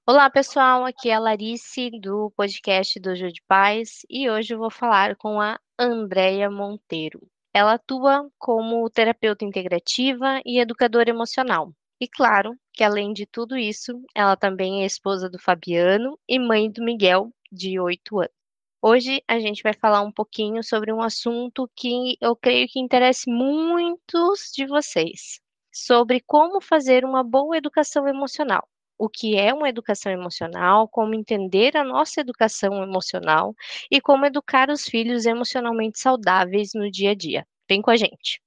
Olá, pessoal. Aqui é a Larice do podcast Dojo de Paz e hoje eu vou falar com a Andreia Monteiro. Ela atua como terapeuta integrativa e educadora emocional. E claro que além de tudo isso, ela também é esposa do Fabiano e mãe do Miguel, de 8 anos. Hoje a gente vai falar um pouquinho sobre um assunto que eu creio que interessa muitos de vocês, sobre como fazer uma boa educação emocional. O que é uma educação emocional, como entender a nossa educação emocional e como educar os filhos emocionalmente saudáveis no dia a dia. Vem com a gente.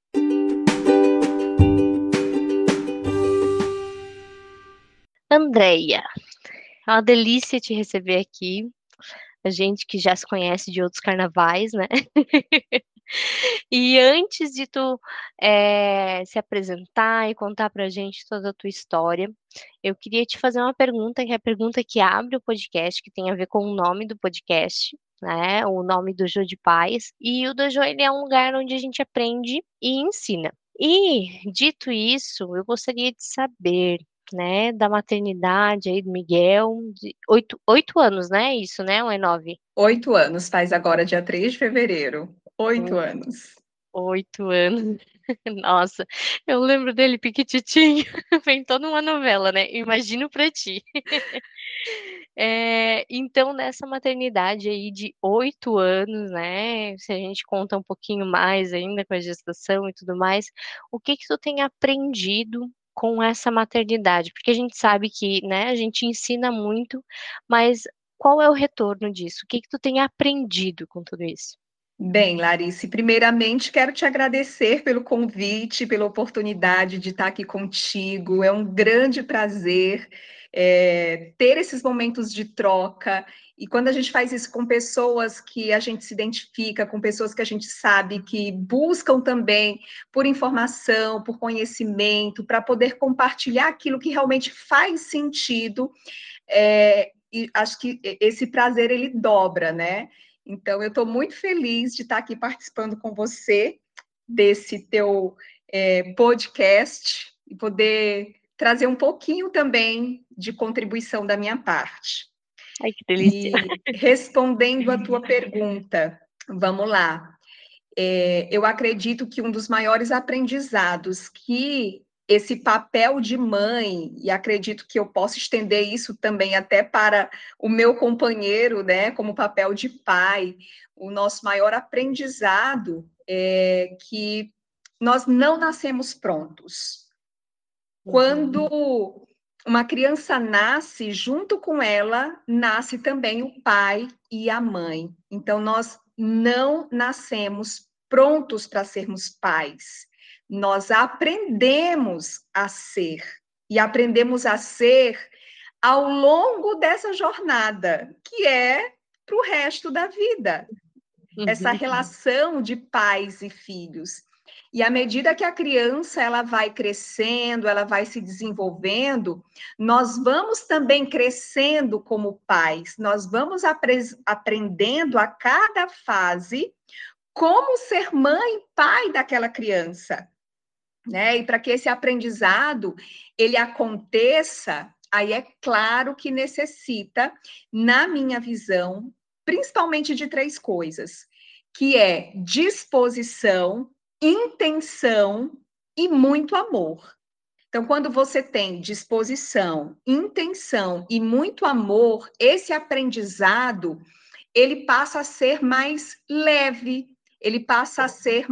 Andreia, é uma delícia te receber aqui. A gente que já se conhece de outros carnavais, né? E antes de tu se apresentar e contar pra gente toda a tua história, eu queria te fazer uma pergunta, que é a pergunta que abre o podcast, que tem a ver com o nome do podcast, né? O nome do Dojo de Paz. E o Dojo, ele é um lugar onde a gente aprende e ensina. E, dito isso, eu gostaria de saber, né, da maternidade aí do Miguel, de 8 anos, né? Isso, né? Ou é 9? 8 anos, faz agora dia 3 de fevereiro. 8 anos. 8 anos. Nossa, eu lembro dele piquititinho. Vem toda uma novela, né? Imagino pra ti. Então, nessa maternidade aí de 8 anos, né? Se a gente conta um pouquinho mais ainda com a gestação e tudo mais, o que que tu tem aprendido com essa maternidade? Porque a gente sabe que, né, a gente ensina muito, mas qual é o retorno disso? O que que tu tem aprendido com tudo isso? Bem, Larice, primeiramente quero te agradecer pelo convite, pela oportunidade de estar aqui contigo. É um grande prazer ter esses momentos de troca. E quando a gente faz isso com pessoas que a gente se identifica, com pessoas que a gente sabe que buscam também por informação, por conhecimento, para poder compartilhar aquilo que realmente faz sentido, e acho que esse prazer ele dobra, né? Então, eu estou muito feliz de estar aqui participando com você desse teu podcast e poder trazer um pouquinho também de contribuição da minha parte. Ai, que delícia. E respondendo a tua pergunta, vamos lá. Eu acredito que um dos maiores aprendizados que esse papel de mãe, e acredito que eu posso estender isso também até para o meu companheiro, né, como papel de pai, o nosso maior aprendizado é que nós não nascemos prontos. Uhum, Quando uma criança nasce, junto com ela, nasce também o pai e a mãe. Então, nós não nascemos prontos para sermos pais. Nós aprendemos a ser. E aprendemos a ser ao longo dessa jornada, que é para o resto da vida. Essa uhum, relação de pais e filhos. E à medida que a criança ela vai crescendo, ela vai se desenvolvendo, nós vamos também crescendo como pais, nós vamos aprendendo a cada fase como ser mãe e pai daquela criança, né? E para que esse aprendizado ele aconteça, aí é claro que necessita, na minha visão, principalmente de três coisas, que é disposição, intenção e muito amor. Então, quando você tem disposição, intenção e muito amor, esse aprendizado ele passa a ser mais leve, ele passa a ser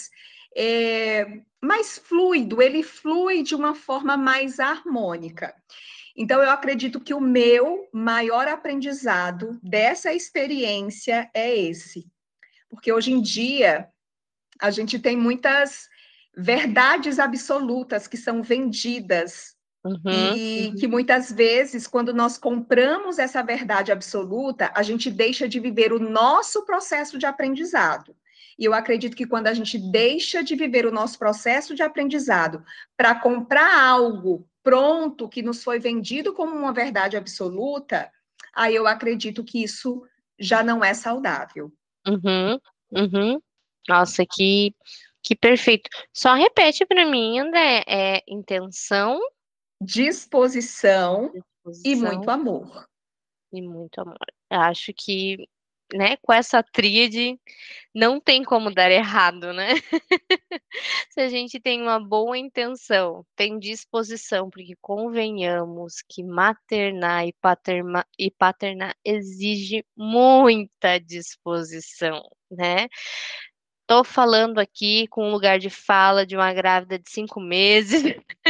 mais fluido, ele flui de uma forma mais harmônica. Então, eu acredito que o meu maior aprendizado dessa experiência é esse. Porque hoje em dia, a gente tem muitas verdades absolutas que são vendidas uhum, e que muitas vezes, quando nós compramos essa verdade absoluta, a gente deixa de viver o nosso processo de aprendizado. E eu acredito que quando a gente deixa de viver o nosso processo de aprendizado para comprar algo pronto que nos foi vendido como uma verdade absoluta, aí eu acredito que isso já não é saudável. uhum, uhum. Nossa, que perfeito. Só repete para mim, André, intenção, Disposição, e muito disposição amor. e muito amor. Eu acho que, né, com essa tríade não tem como dar errado, né. Se a gente tem uma boa intenção, tem disposição, porque convenhamos que maternar e paternar exige muita disposição, né. Tô falando aqui com lugar de fala de uma grávida de 5 meses,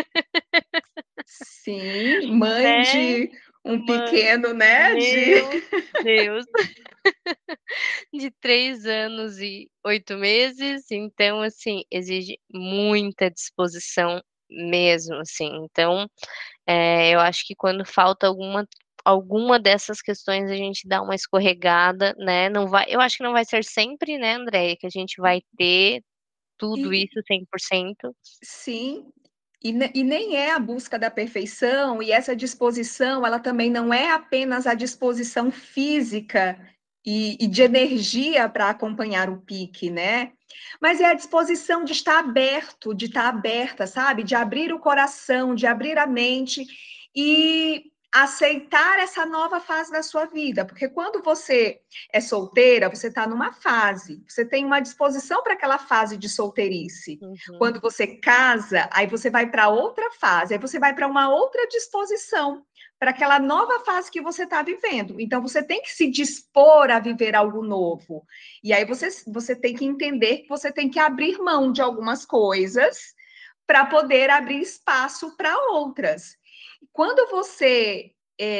Sim, mãe né, de um mãe, pequeno, né, de meu Deus, de 3 anos e 8 meses, então, assim, exige muita disposição mesmo, assim. Então, eu acho que quando falta alguma dessas questões, a gente dá uma escorregada, né, não vai eu acho que não vai ser sempre, né, Andréia, que a gente vai ter tudo e isso 100%. sim, e nem é a busca da perfeição, e essa disposição, ela também não é apenas a disposição física e de energia para acompanhar o pique, né? Mas é a disposição de estar aberto, de estar aberta, sabe? De abrir o coração, de abrir a mente e aceitar essa nova fase da sua vida, porque quando você é solteira, você está numa fase, você tem uma disposição para aquela fase de solteirice. Uhum, Quando você casa, aí você vai para outra fase, aí você vai para uma outra disposição, para aquela nova fase que você está vivendo. Então, você tem que se dispor a viver algo novo. E aí você tem que entender que você tem que abrir mão de algumas coisas para poder abrir espaço para outras. Quando você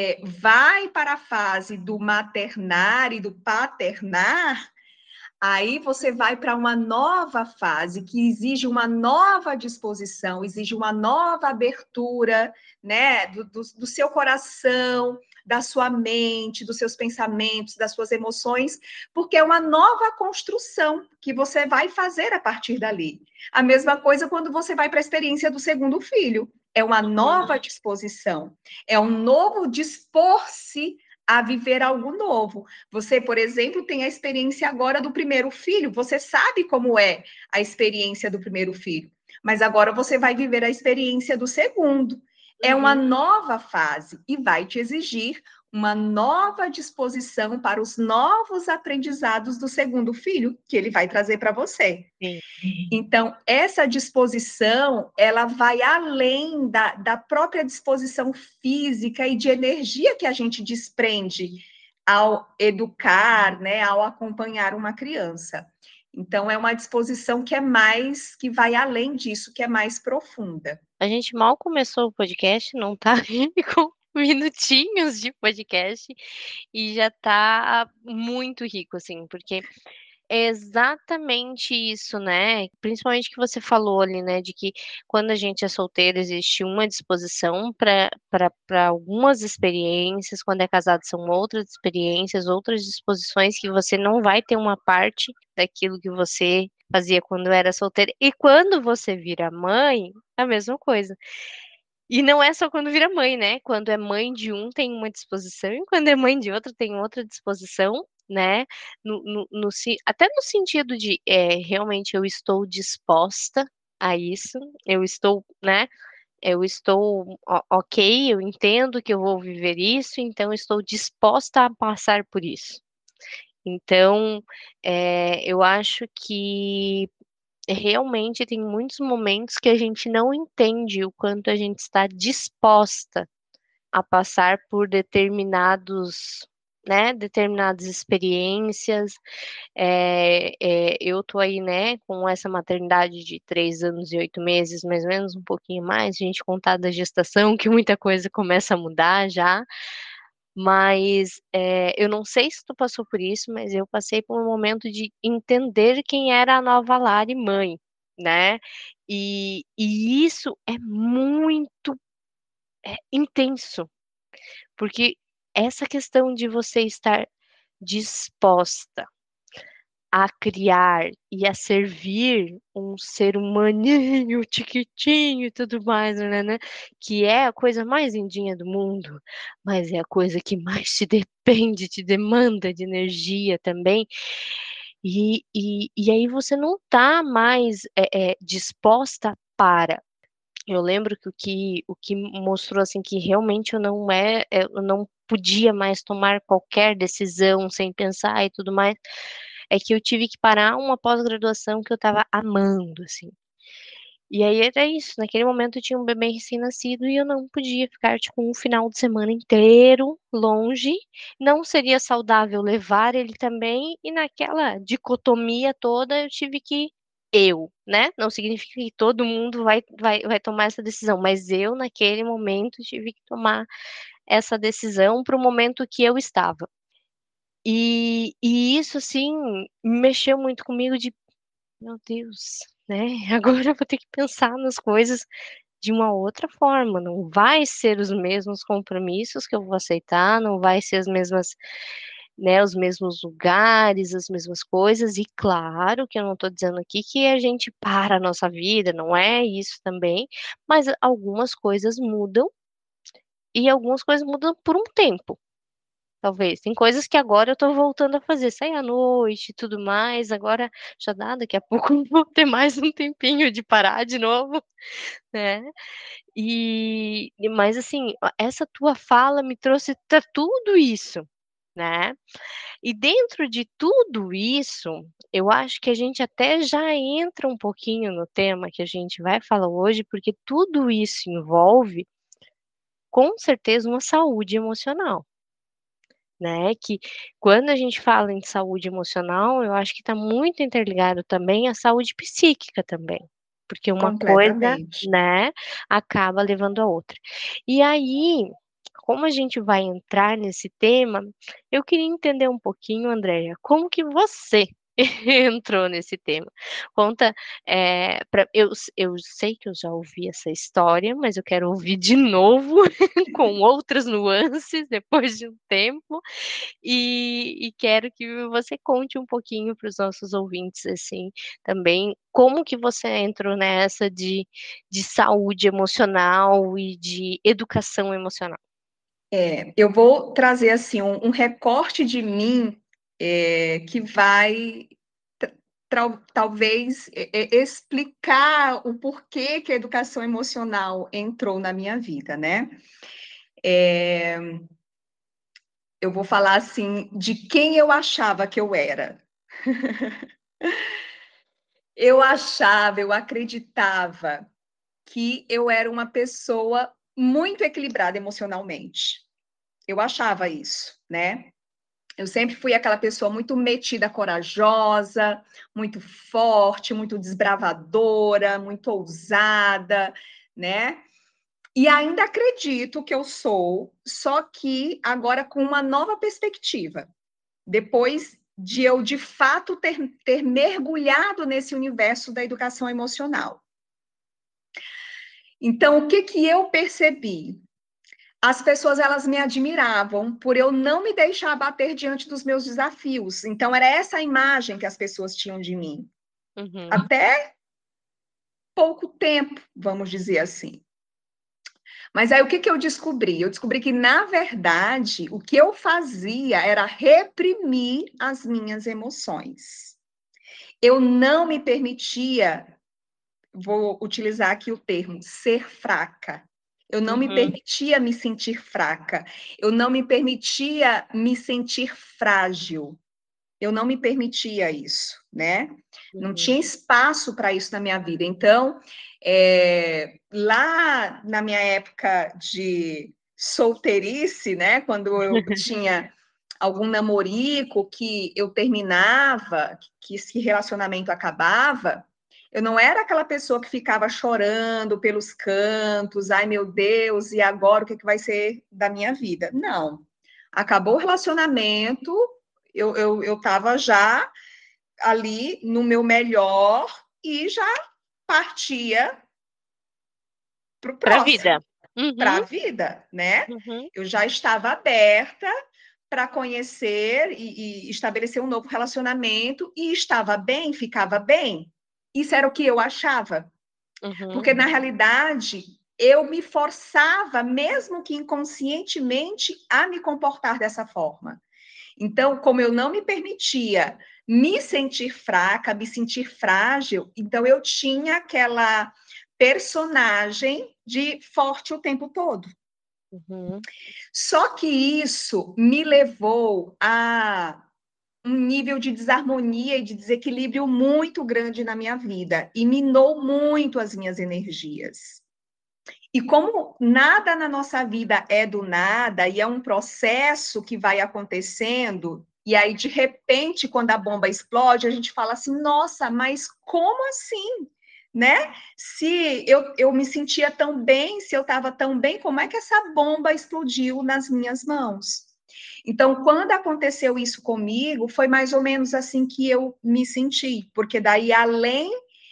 vai para a fase do maternar e do paternar, aí você vai para uma nova fase que exige uma nova disposição, exige uma nova abertura, né, do seu coração, da sua mente, dos seus pensamentos, das suas emoções, porque é uma nova construção que você vai fazer a partir dali. A mesma coisa quando você vai para a experiência do segundo filho. É uma uhum. nova disposição, é um novo dispor-se a viver algo novo. Você, por exemplo, tem a experiência agora do primeiro filho, você sabe como é a experiência do primeiro filho, mas agora você vai viver a experiência do segundo. É uma Uhum. nova fase e vai te exigir uma nova disposição para os novos aprendizados do segundo filho que ele vai trazer para você. Sim. Então, essa disposição, ela vai além da própria disposição física e de energia que a gente desprende ao educar, né, ao acompanhar uma criança. Então, é uma disposição que é mais, que vai além disso, que é mais profunda. A gente mal começou o podcast, não tá nem com minutinhos de podcast e já tá muito rico, assim, porque é exatamente isso, né, principalmente que você falou ali, né, de que quando a gente é solteiro existe uma disposição para algumas experiências, quando é casado são outras experiências, outras disposições que você não vai ter uma parte daquilo que você fazia quando era solteira. E quando você vira mãe, a mesma coisa. E não é só quando vira mãe, né, quando é mãe de um tem uma disposição e quando é mãe de outro tem outra disposição, né, até no sentido de, realmente eu estou disposta a isso, eu estou, né, eu estou ok, eu entendo que eu vou viver isso, então estou disposta a passar por isso. Então, eu acho que realmente tem muitos momentos que a gente não entende o quanto a gente está disposta a passar por determinadas experiências. Eu tô aí, né, com essa maternidade de 3 anos e 8 meses, mais ou menos, um pouquinho mais, se a gente contar da gestação, que muita coisa começa a mudar já. Mas, eu não sei se tu passou por isso, mas eu passei por um momento de entender quem era a nova Lari mãe, né. E isso é muito, intenso, porque essa questão de você estar disposta a criar e a servir um ser humaninho, chiquitinho e tudo mais, né, que é a coisa mais lindinha do mundo, mas é a coisa que mais te depende, te demanda de energia também. E aí você não tá mais, disposta para. Eu lembro que o que mostrou assim que realmente eu não podia mais tomar qualquer decisão sem pensar e tudo mais, é que eu tive que parar uma pós-graduação que eu estava amando, assim. E aí era isso, naquele momento eu tinha um bebê recém-nascido e eu não podia ficar, tipo, um final de semana inteiro longe. Não seria saudável levar ele também, e naquela dicotomia toda eu tive que né? Não significa que todo mundo vai tomar essa decisão, mas eu, naquele momento, tive que tomar essa decisão para o momento que eu estava. E isso, assim, mexeu muito comigo de meu Deus, né? Agora eu vou ter que pensar nas coisas de uma outra forma. Não vai ser os mesmos compromissos que eu vou aceitar, não vai ser as mesmas, né, os mesmos lugares, as mesmas coisas. E claro que eu não estou dizendo aqui que a gente para a nossa vida, não é isso também, mas algumas coisas mudam e algumas coisas mudam por um tempo. Talvez. Tem coisas que agora eu tô voltando a fazer, sair à noite e tudo mais. Agora já dá, daqui a pouco eu vou ter mais um tempinho de parar de novo, né? Mas assim, essa tua fala me trouxe tudo isso, né? E dentro de tudo isso, eu acho que a gente até já entra um pouquinho no tema que a gente vai falar hoje, porque tudo isso envolve, com certeza, uma saúde emocional. Né, que quando a gente fala em saúde emocional, eu acho que está muito interligado também à saúde psíquica também, porque uma coisa, Completamente. né, acaba levando a outra. E aí, como a gente vai entrar nesse tema, eu queria entender um pouquinho, Andréia, como que você entrou nesse tema? Conta, eu sei que eu já ouvi essa história, mas eu quero ouvir de novo, com outras nuances, depois de um tempo, e quero que você conte um pouquinho para os nossos ouvintes, assim, também, como que você entrou nessa de saúde emocional e de educação emocional. Eu vou trazer assim um recorte de mim que vai talvez explicar o porquê que a educação emocional entrou na minha vida, né? É, eu vou falar assim de quem eu achava que eu era. Eu acreditava que eu era uma pessoa muito equilibrada emocionalmente. Eu achava isso, né? Eu sempre fui aquela pessoa muito metida, corajosa, muito forte, muito desbravadora, muito ousada, né? E ainda acredito que eu sou, só que agora com uma nova perspectiva. Depois de eu, de fato, ter mergulhado nesse universo da educação emocional. Então, o que que eu percebi? As pessoas, elas me admiravam por eu não me deixar abater diante dos meus desafios. Então, era essa a imagem que as pessoas tinham de mim. Uhum, Até pouco tempo, vamos dizer assim. Mas aí, o que que eu descobri? Eu descobri que, na verdade, o que eu fazia era reprimir as minhas emoções. Eu não me permitia, vou utilizar aqui o termo, ser fraca. Eu não me uhum, permitia me sentir fraca. Eu não me permitia me sentir frágil. Eu não me permitia isso, né? Não uhum, tinha espaço para isso na minha vida. Então, lá na minha época de solteirice, né? Quando eu tinha algum namorico que eu terminava, que esse relacionamento acabava, eu não era aquela pessoa que ficava chorando pelos cantos, ai meu Deus, e agora o que vai ser da minha vida? Não. Acabou o relacionamento, eu estava já ali no meu melhor e já partia para o pra próximo, vida. para Uhum, a vida, né? uhum, Eu já estava aberta para conhecer e estabelecer um novo relacionamento e estava bem, ficava bem. Isso era o que eu achava, uhum, porque na realidade eu me forçava, mesmo que inconscientemente, a me comportar dessa forma. Então, como eu não me permitia me sentir fraca, me sentir frágil, então eu tinha aquela personagem de forte o tempo todo. Uhum. Só que isso me levou a um nível de desarmonia e de desequilíbrio muito grande na minha vida e minou muito as minhas energias. E como nada na nossa vida é do nada e é um processo que vai acontecendo, e aí de repente, quando a bomba explode, a gente fala assim: nossa, mas como assim? Né? Se eu me sentia tão bem, se eu estava tão bem, como é que essa bomba explodiu nas minhas mãos? Então, quando aconteceu isso comigo, foi mais ou menos assim que eu me senti, porque daí, além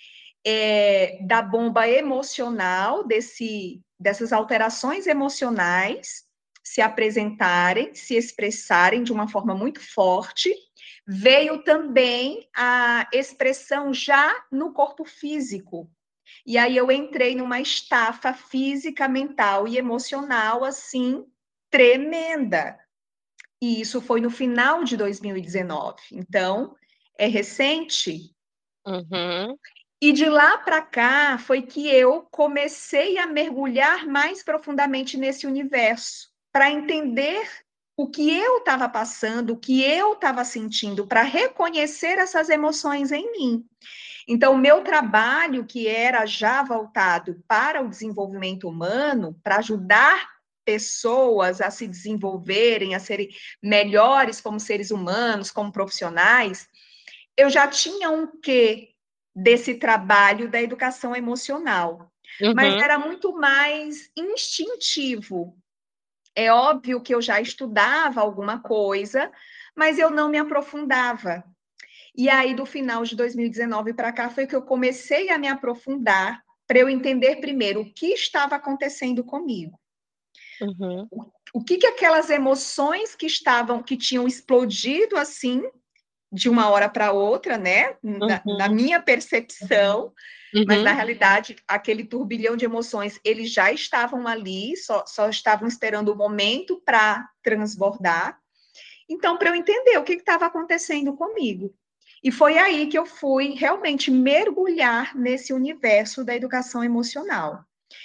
da bomba emocional, dessas alterações emocionais se apresentarem, se expressarem de uma forma muito forte, veio também a expressão já no corpo físico. E aí eu entrei numa estafa física, mental e emocional, assim, tremenda. E isso foi no final de 2019. Então, é recente. Uhum. E de lá para cá foi que eu comecei a mergulhar mais profundamente nesse universo, para entender o que eu estava passando, o que eu estava sentindo, para reconhecer essas emoções em mim. Então, o meu trabalho, que era já voltado para o desenvolvimento humano, para ajudar pessoas a se desenvolverem, a serem melhores como seres humanos, como profissionais, eu já tinha um quê desse trabalho da educação emocional, mas Uhum. era muito mais instintivo. É óbvio que eu já estudava alguma coisa, mas eu não me aprofundava. E aí, do final de 2019 para cá, foi que eu comecei a me aprofundar para eu entender primeiro o que estava acontecendo comigo. Uhum. O que, que aquelas emoções que tinham explodido assim, de uma hora para outra, né? Na Uhum. minha percepção, mas na Uhum. realidade, aquele turbilhão de emoções, eles já estavam ali, só estavam esperando o momento para transbordar. Então, para eu entender o que estava acontecendo comigo. E foi aí que eu fui realmente mergulhar nesse universo da educação emocional.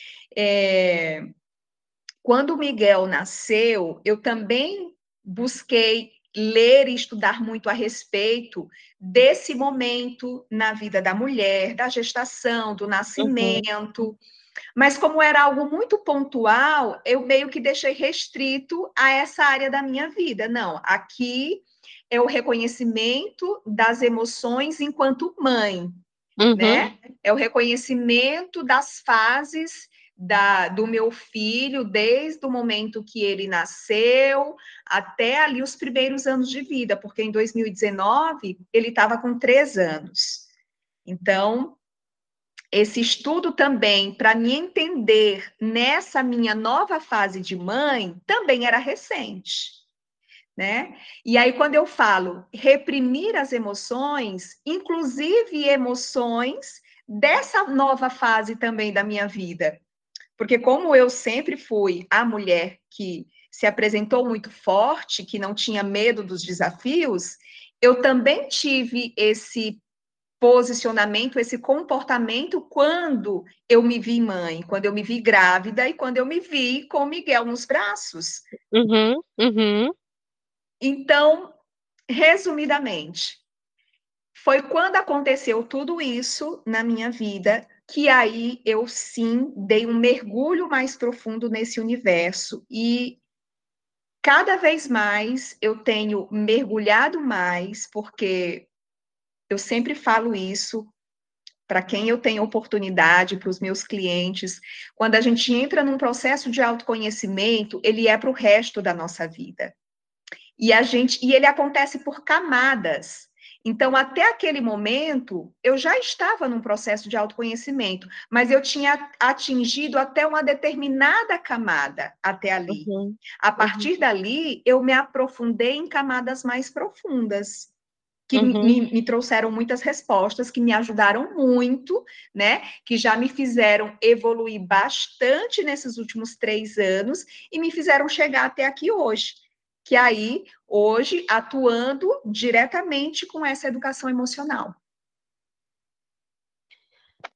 Quando o Miguel nasceu, eu também busquei ler e estudar muito a respeito desse momento na vida da mulher, da gestação, do Uhum. nascimento. Mas como era algo muito pontual, eu meio que deixei restrito a essa área da minha vida. Não, aqui é o reconhecimento das emoções enquanto mãe, Uhum. né? É o reconhecimento das fases do meu filho, desde o momento que ele nasceu até ali os primeiros anos de vida, porque em 2019 ele estava com 3 anos. Então, esse estudo também, para me entender nessa minha nova fase de mãe, também era recente, né? E aí, quando eu falo reprimir as emoções, inclusive emoções dessa nova fase também da minha vida, porque como eu sempre fui a mulher que se apresentou muito forte, que não tinha medo dos desafios, eu também tive esse posicionamento, esse comportamento quando eu me vi mãe, quando eu me vi grávida e quando eu me vi com o Miguel nos braços. Uhum. Uhum. Então, resumidamente, foi quando aconteceu tudo isso na minha vida que aí eu sim dei um mergulho mais profundo nesse universo e cada vez mais eu tenho mergulhado mais, porque eu sempre falo isso para quem eu tenho oportunidade, para os meus clientes, quando a gente entra num processo de autoconhecimento, ele é para o resto da nossa vida. E ele acontece por camadas. Então, até aquele momento, eu já estava num processo de autoconhecimento, mas eu tinha atingido até uma determinada camada até ali. Uhum. A Uhum. partir dali, eu me aprofundei em camadas mais profundas que Uhum. me trouxeram muitas respostas, que me ajudaram muito, né? Que já me fizeram evoluir bastante nesses últimos 3 anos e me fizeram chegar até aqui hoje. Que aí, hoje, atuando diretamente com essa educação emocional.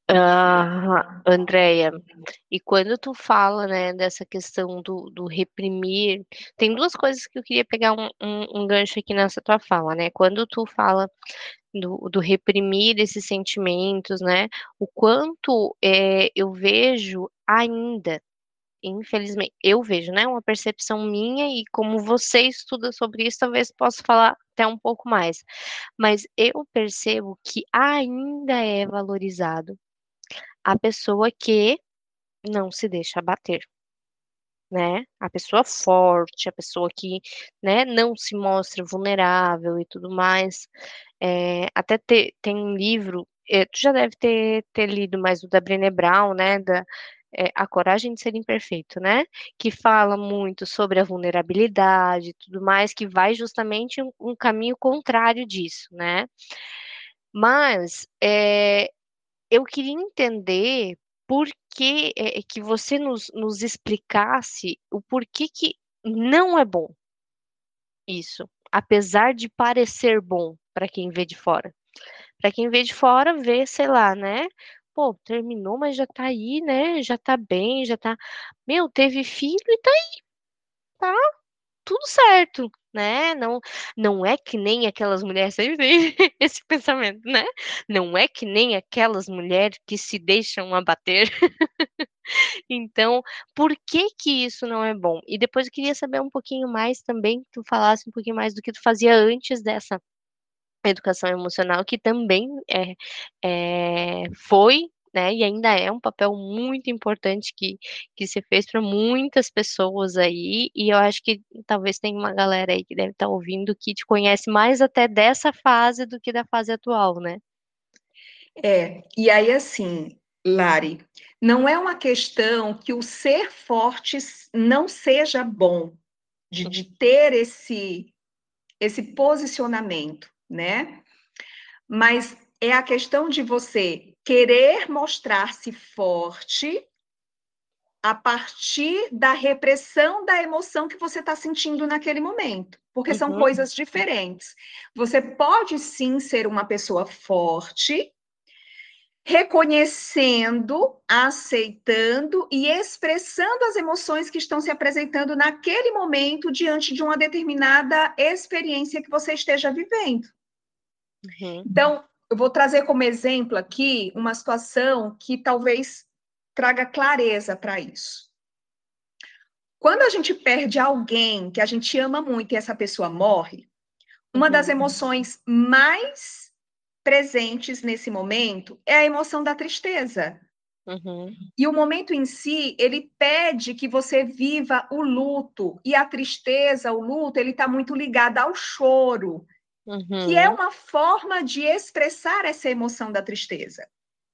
Ah, Andréia, e quando tu fala, né, dessa questão do reprimir, tem duas coisas que eu queria pegar um gancho aqui nessa tua fala, né? Quando tu fala do reprimir esses sentimentos, né? O quanto eu vejo ainda, infelizmente, eu vejo, né? Uma percepção minha e como você estuda sobre isso, talvez possa falar até um pouco mais. Mas eu percebo que ainda é valorizado a pessoa que não se deixa abater, né? A pessoa forte, a pessoa que, né, não se mostra vulnerável e tudo mais. Até tem um livro, tu já deve ter lido mais o da Brené Brown, né? A Coragem de Ser Imperfeito, né? Que fala muito sobre a vulnerabilidade e tudo mais, que vai justamente um caminho contrário disso, né? Mas eu queria entender por que que você nos explicasse o porquê que não é bom isso, apesar de parecer bom para quem vê de fora. Para quem vê de fora, vê, sei lá, né? Pô, terminou, mas já tá aí, né? Já tá bem, já tá. Meu, teve filho e tá tudo certo, né? Não, não é que nem aquelas mulheres, sempre tem esse pensamento, né? Não é que nem aquelas mulheres que se deixam abater. Então, por que que isso não é bom? E depois eu queria saber um pouquinho mais também, que tu falasse um pouquinho mais do que tu fazia antes dessa educação emocional, que também foi, né, e ainda é um papel muito importante que se fez para muitas pessoas aí, e eu acho que talvez tenha uma galera aí que deve estar ouvindo que te conhece mais até dessa fase do que da fase atual, né? E aí assim, Lari, não é uma questão que o ser forte não seja bom, de ter esse posicionamento, né? Mas é a questão de você querer mostrar-se forte a partir da repressão da emoção que você está sentindo naquele momento, porque são Uhum, coisas diferentes. Você pode sim ser uma pessoa forte, reconhecendo, aceitando e expressando as emoções que estão se apresentando naquele momento diante de uma determinada experiência que você esteja vivendo. uhum, Então, eu vou trazer como exemplo aqui uma situação que talvez traga clareza para isso. Quando a gente perde alguém que a gente ama muito e essa pessoa morre, uma das uhum, emoções mais presentes nesse momento é a emoção da tristeza. uhum, E o momento em si, ele pede que você viva o luto. E a tristeza, o luto, ele está muito ligado ao choro, que é uhum, uma forma de expressar essa emoção da tristeza.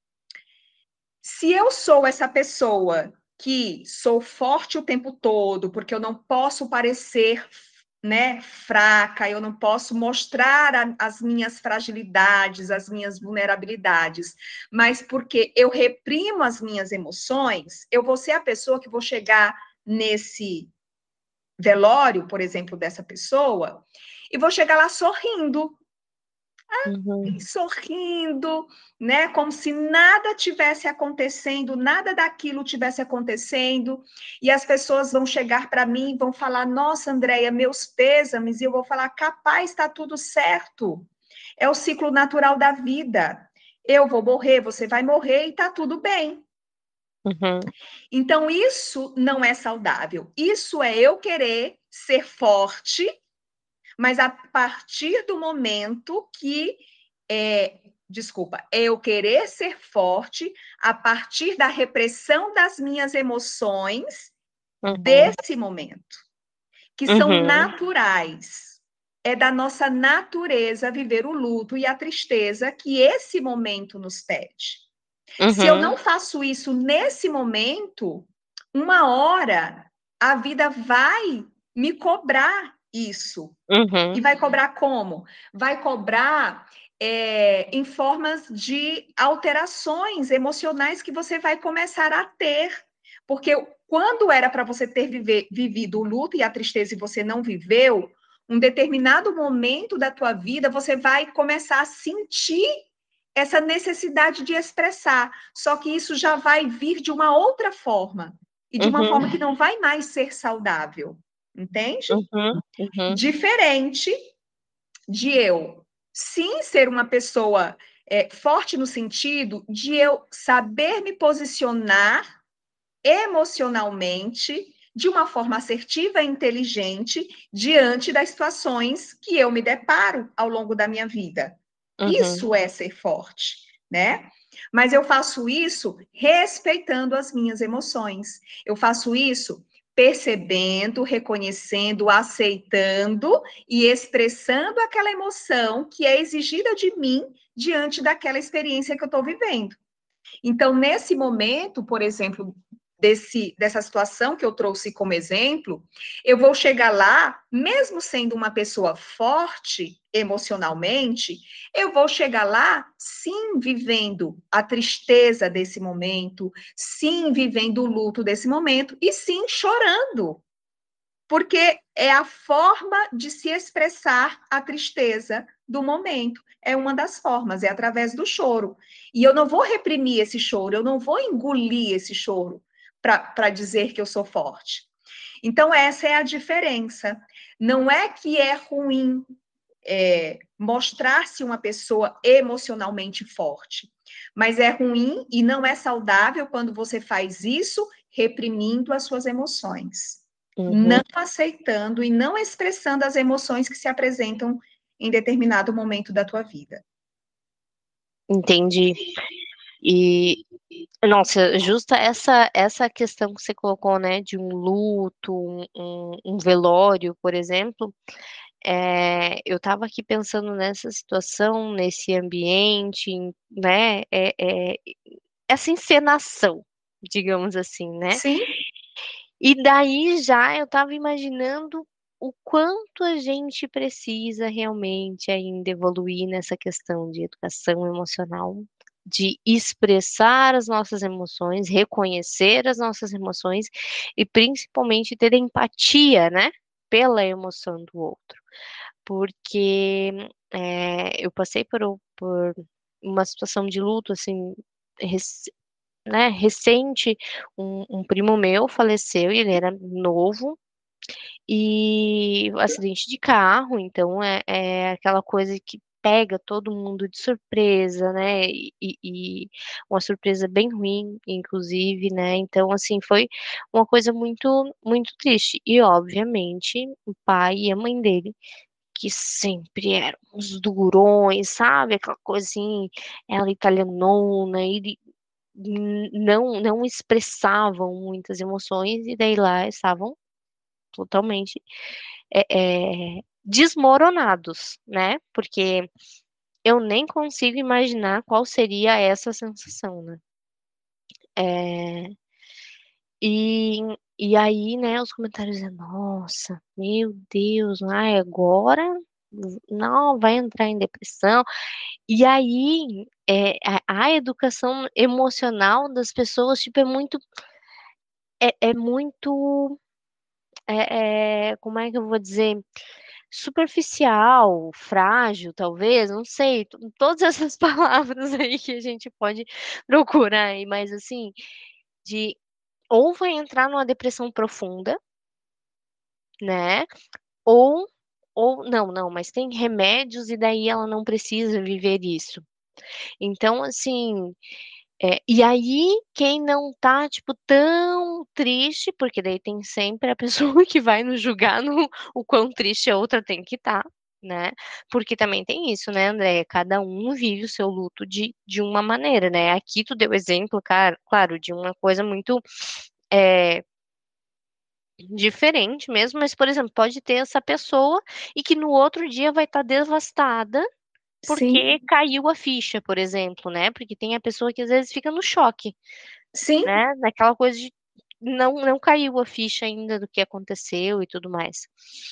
Se eu sou essa pessoa que sou forte o tempo todo, porque eu não posso parecer, né, fraca, eu não posso mostrar as minhas fragilidades, as minhas vulnerabilidades, mas porque eu reprimo as minhas emoções, eu vou ser a pessoa que vou chegar nesse velório, por exemplo, dessa pessoa, e vou chegar lá sorrindo, uhum, sorrindo, né? Como se nada tivesse acontecendo, nada daquilo tivesse acontecendo, e as pessoas vão chegar para mim e vão falar: Nossa, Andréia, meus pêsames, e eu vou falar: capaz, está tudo certo. É o ciclo natural da vida. Eu vou morrer, você vai morrer e está tudo bem. uhum, Então, isso não é saudável. Isso é eu querer ser forte, mas a partir do momento que desculpa, é eu querer ser forte a partir da repressão das minhas emoções uhum, desse momento, que são uhum, naturais. É da nossa natureza viver o luto e a tristeza que esse momento nos pede. Se eu uhum, não faço isso nesse momento, uma hora a vida vai me cobrar isso. E uhum, vai cobrar como? Vai cobrar em formas de alterações emocionais que você vai começar a ter. Porque quando era para você ter vivido o luto e a tristeza e você não viveu, um determinado momento da tua vida você vai começar a sentir essa necessidade de expressar, só que isso já vai vir de uma outra forma, e de uma Uhum, forma que não vai mais ser saudável, entende? uhum, uhum, Diferente de eu, sim, ser uma pessoa forte no sentido de eu saber me posicionar emocionalmente de uma forma assertiva e inteligente diante das situações que eu me deparo ao longo da minha vida. uhum. Isso é ser forte, né? Mas eu faço isso respeitando as minhas emoções. Eu faço isso percebendo, reconhecendo, aceitando e expressando aquela emoção que é exigida de mim diante daquela experiência que eu estou vivendo. Então, nesse momento, por exemplo, dessa situação que eu trouxe como exemplo, eu vou chegar lá, mesmo sendo uma pessoa forte emocionalmente, eu vou chegar lá, sim, vivendo a tristeza desse momento, sim, vivendo o luto desse momento, e sim, chorando, porque é a forma de se expressar a tristeza do momento. É uma das formas, é através do choro. E eu não vou reprimir esse choro, eu não vou engolir esse choro para dizer que eu sou forte. Então, essa é a diferença. Não é que é ruim mostrar-se uma pessoa emocionalmente forte, mas é ruim e não é saudável quando você faz isso reprimindo as suas emoções, Uhum, não aceitando e não expressando as emoções que se apresentam em determinado momento da tua vida. entendi. E, nossa, justa essa questão que você colocou, né, de um luto, um velório, por exemplo, eu estava aqui pensando nessa situação, nesse ambiente, né, essa encenação, digamos assim, né? Sim, E daí já eu estava imaginando o quanto a gente precisa realmente ainda evoluir nessa questão de educação emocional, de expressar as nossas emoções, reconhecer as nossas emoções e principalmente ter empatia, né, pela emoção do outro. Porque eu passei por uma situação de luto assim, né, recente, um primo meu faleceu e ele era novo, e acidente de carro, então é aquela coisa que pega todo mundo de surpresa, né, e uma surpresa bem ruim, inclusive, né, então, assim, foi uma coisa muito, muito triste. E, obviamente, o pai e a mãe dele, que sempre eram uns durões, sabe, aquela coisa assim, ela italianona, ele não expressavam muitas emoções e daí lá estavam totalmente desmoronados, né? Porque eu nem consigo imaginar qual seria essa sensação, né? É, e, e aí, né, os comentários é, nossa, meu Deus, ai, agora não vai entrar em depressão. E aí, a educação emocional das pessoas, tipo, é muito, como é que eu vou dizer? Superficial, frágil, talvez, não sei, todas essas palavras aí que a gente pode procurar aí, mas assim, de ou vai entrar numa depressão profunda, né? Ou não, mas tem remédios e daí ela não precisa viver isso. Então, assim, e aí, quem não tá, tipo, tão triste, porque daí tem sempre a pessoa que vai nos julgar no o quão triste a outra tem que estar, né, porque também tem isso, né, Andréia, cada um vive o seu luto de uma maneira, né. Aqui tu deu exemplo, claro, de uma coisa muito, eh, diferente mesmo, mas, por exemplo, pode ter essa pessoa e que no outro dia vai estar devastada sim, porque caiu a ficha, por exemplo, né, porque tem a pessoa que às vezes fica no choque. sim, Né, naquela coisa de não caiu a ficha ainda do que aconteceu e tudo mais.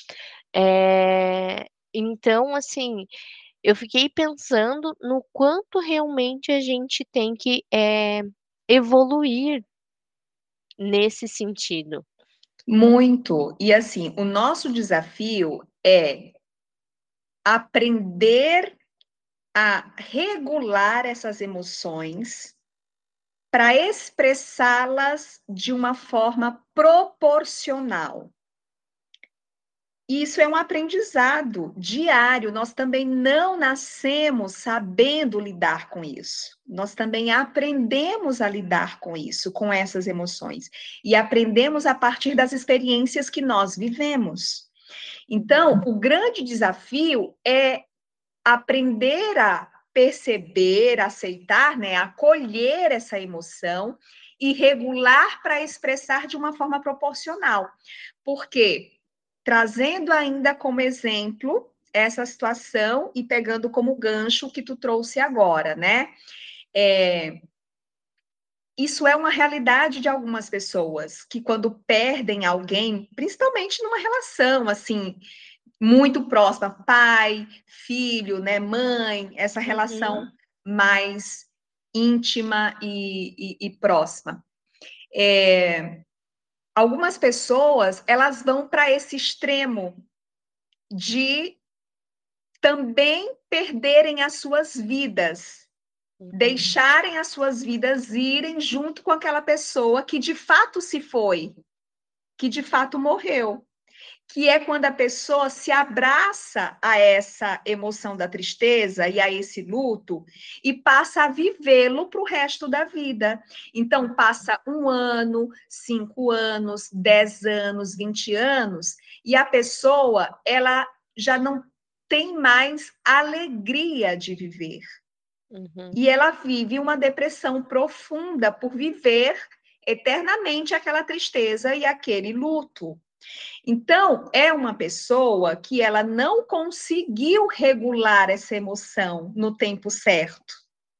Então, assim, eu fiquei pensando no quanto realmente a gente tem que, evoluir nesse sentido. muito. E assim, o nosso desafio é aprender a regular essas emoções para expressá-las de uma forma proporcional. Isso é um aprendizado diário. Nós também não nascemos sabendo lidar com isso. Nós também aprendemos a lidar com isso, com essas emoções. E aprendemos a partir das experiências que nós vivemos. Então, o grande desafio é aprender a perceber, aceitar, né, acolher essa emoção e regular para expressar de uma forma proporcional. Por quê? Trazendo ainda como exemplo essa situação e pegando como gancho o que tu trouxe agora, né? Isso é uma realidade de algumas pessoas que quando perdem alguém, principalmente numa relação assim muito próxima, pai, filho, né, mãe, essa Uhum, relação mais íntima e próxima. É, algumas pessoas elas vão para esse extremo de também perderem as suas vidas, uhum, deixarem as suas vidas irem junto com aquela pessoa que de fato se foi, que de fato morreu. Que é quando a pessoa se abraça a essa emoção da tristeza e a esse luto e passa a vivê-lo para o resto da vida. Então, passa 1 ano, 5 anos, 10 anos, 20 anos, e a pessoa, ela já não tem mais alegria de viver. uhum, E ela vive uma depressão profunda por viver eternamente aquela tristeza e aquele luto. Então, é uma pessoa que ela não conseguiu regular essa emoção no tempo certo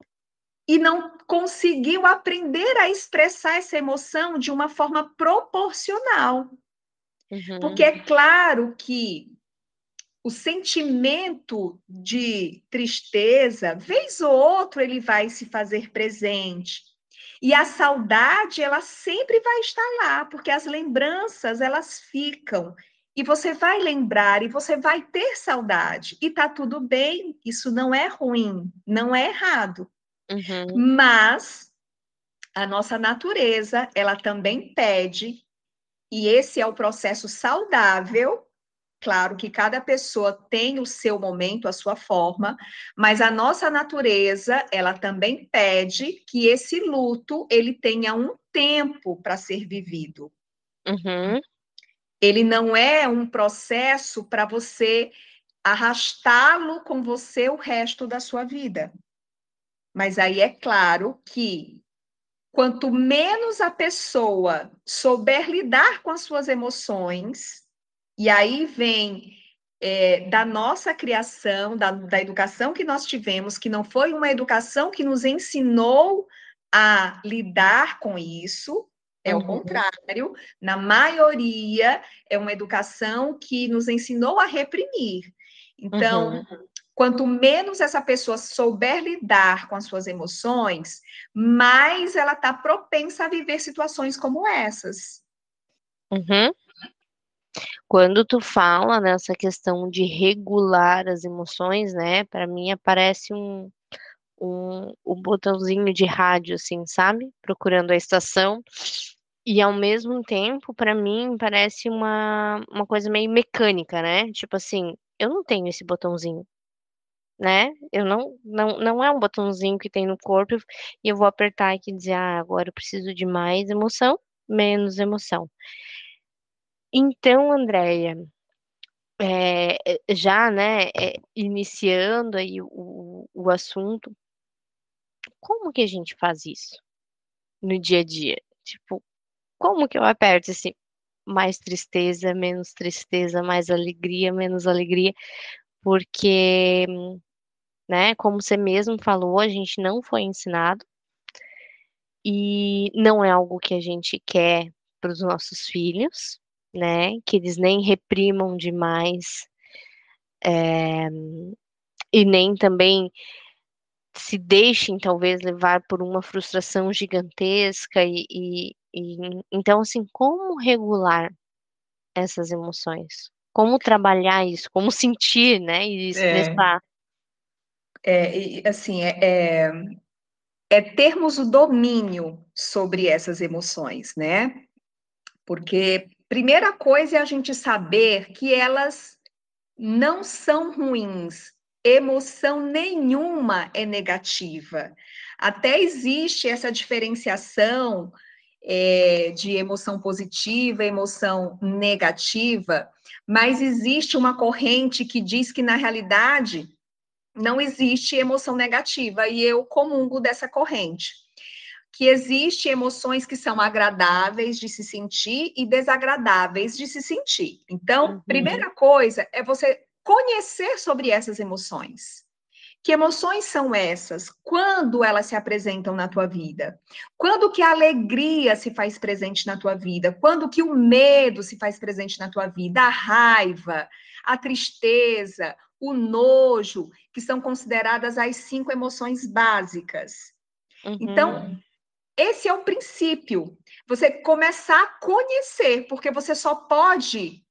e não conseguiu aprender a expressar essa emoção de uma forma proporcional. Porque uhum, é claro que o sentimento de tristeza, vez ou outra, ele vai se fazer presente. E a saudade, ela sempre vai estar lá, porque as lembranças, elas ficam. E você vai lembrar e você vai ter saudade. E tá tudo bem, isso não é ruim, não é errado. uhum, Mas a nossa natureza, ela também pede, e esse é o processo saudável. Claro que cada pessoa tem o seu momento, a sua forma, mas a nossa natureza, ela também pede que esse luto, ele tenha um tempo para ser vivido. uhum, Ele não é um processo para você arrastá-lo com você o resto da sua vida. Mas aí é claro que quanto menos a pessoa souber lidar com as suas emoções, e aí vem da nossa criação, da educação que nós tivemos, que não foi uma educação que nos ensinou a lidar com isso, é o uhum, contrário, na maioria, é uma educação que nos ensinou a reprimir. Então, uhum, quanto menos essa pessoa souber lidar com as suas emoções, mais ela está propensa a viver situações como essas. uhum. Quando tu fala nessa questão de regular as emoções, né? Para mim aparece um botãozinho de rádio, assim, sabe? Procurando a estação. E ao mesmo tempo, para mim, parece uma coisa meio mecânica, né? Tipo assim, eu não tenho esse botãozinho, né? Eu não é um botãozinho que tem no corpo e eu vou apertar aqui e dizer, ah, agora eu preciso de mais emoção, menos emoção. Então, Andréia, já, né, iniciando aí o assunto, como que a gente faz isso no dia a dia? Tipo, como que eu aperto esse mais tristeza, menos tristeza, mais alegria, menos alegria? Porque, né, como você mesmo falou, a gente não foi ensinado e não é algo que a gente quer para os nossos filhos, né, que eles nem reprimam demais, é, e nem também se deixem talvez levar por uma frustração gigantesca então assim, como regular essas emoções? Como trabalhar isso? Como sentir, né, e É, expressar? Assim, é termos o domínio sobre essas emoções, né? Porque primeira coisa é a gente saber que elas não são ruins. Emoção nenhuma é negativa. Até existe essa diferenciação de emoção positiva, emoção negativa, mas existe uma corrente que diz que, na realidade, não existe emoção negativa, e eu comungo dessa corrente. Que existe emoções que são agradáveis de se sentir e desagradáveis de se sentir. Então, Uhum, primeira coisa é você conhecer sobre essas emoções. Que emoções são essas? Quando elas se apresentam na tua vida? Quando que a alegria se faz presente na tua vida? Quando que o medo se faz presente na tua vida? A raiva, a tristeza, o nojo, que são consideradas as 5 emoções básicas. uhum, Então, esse é o princípio. Você começar a conhecer, porque você só pode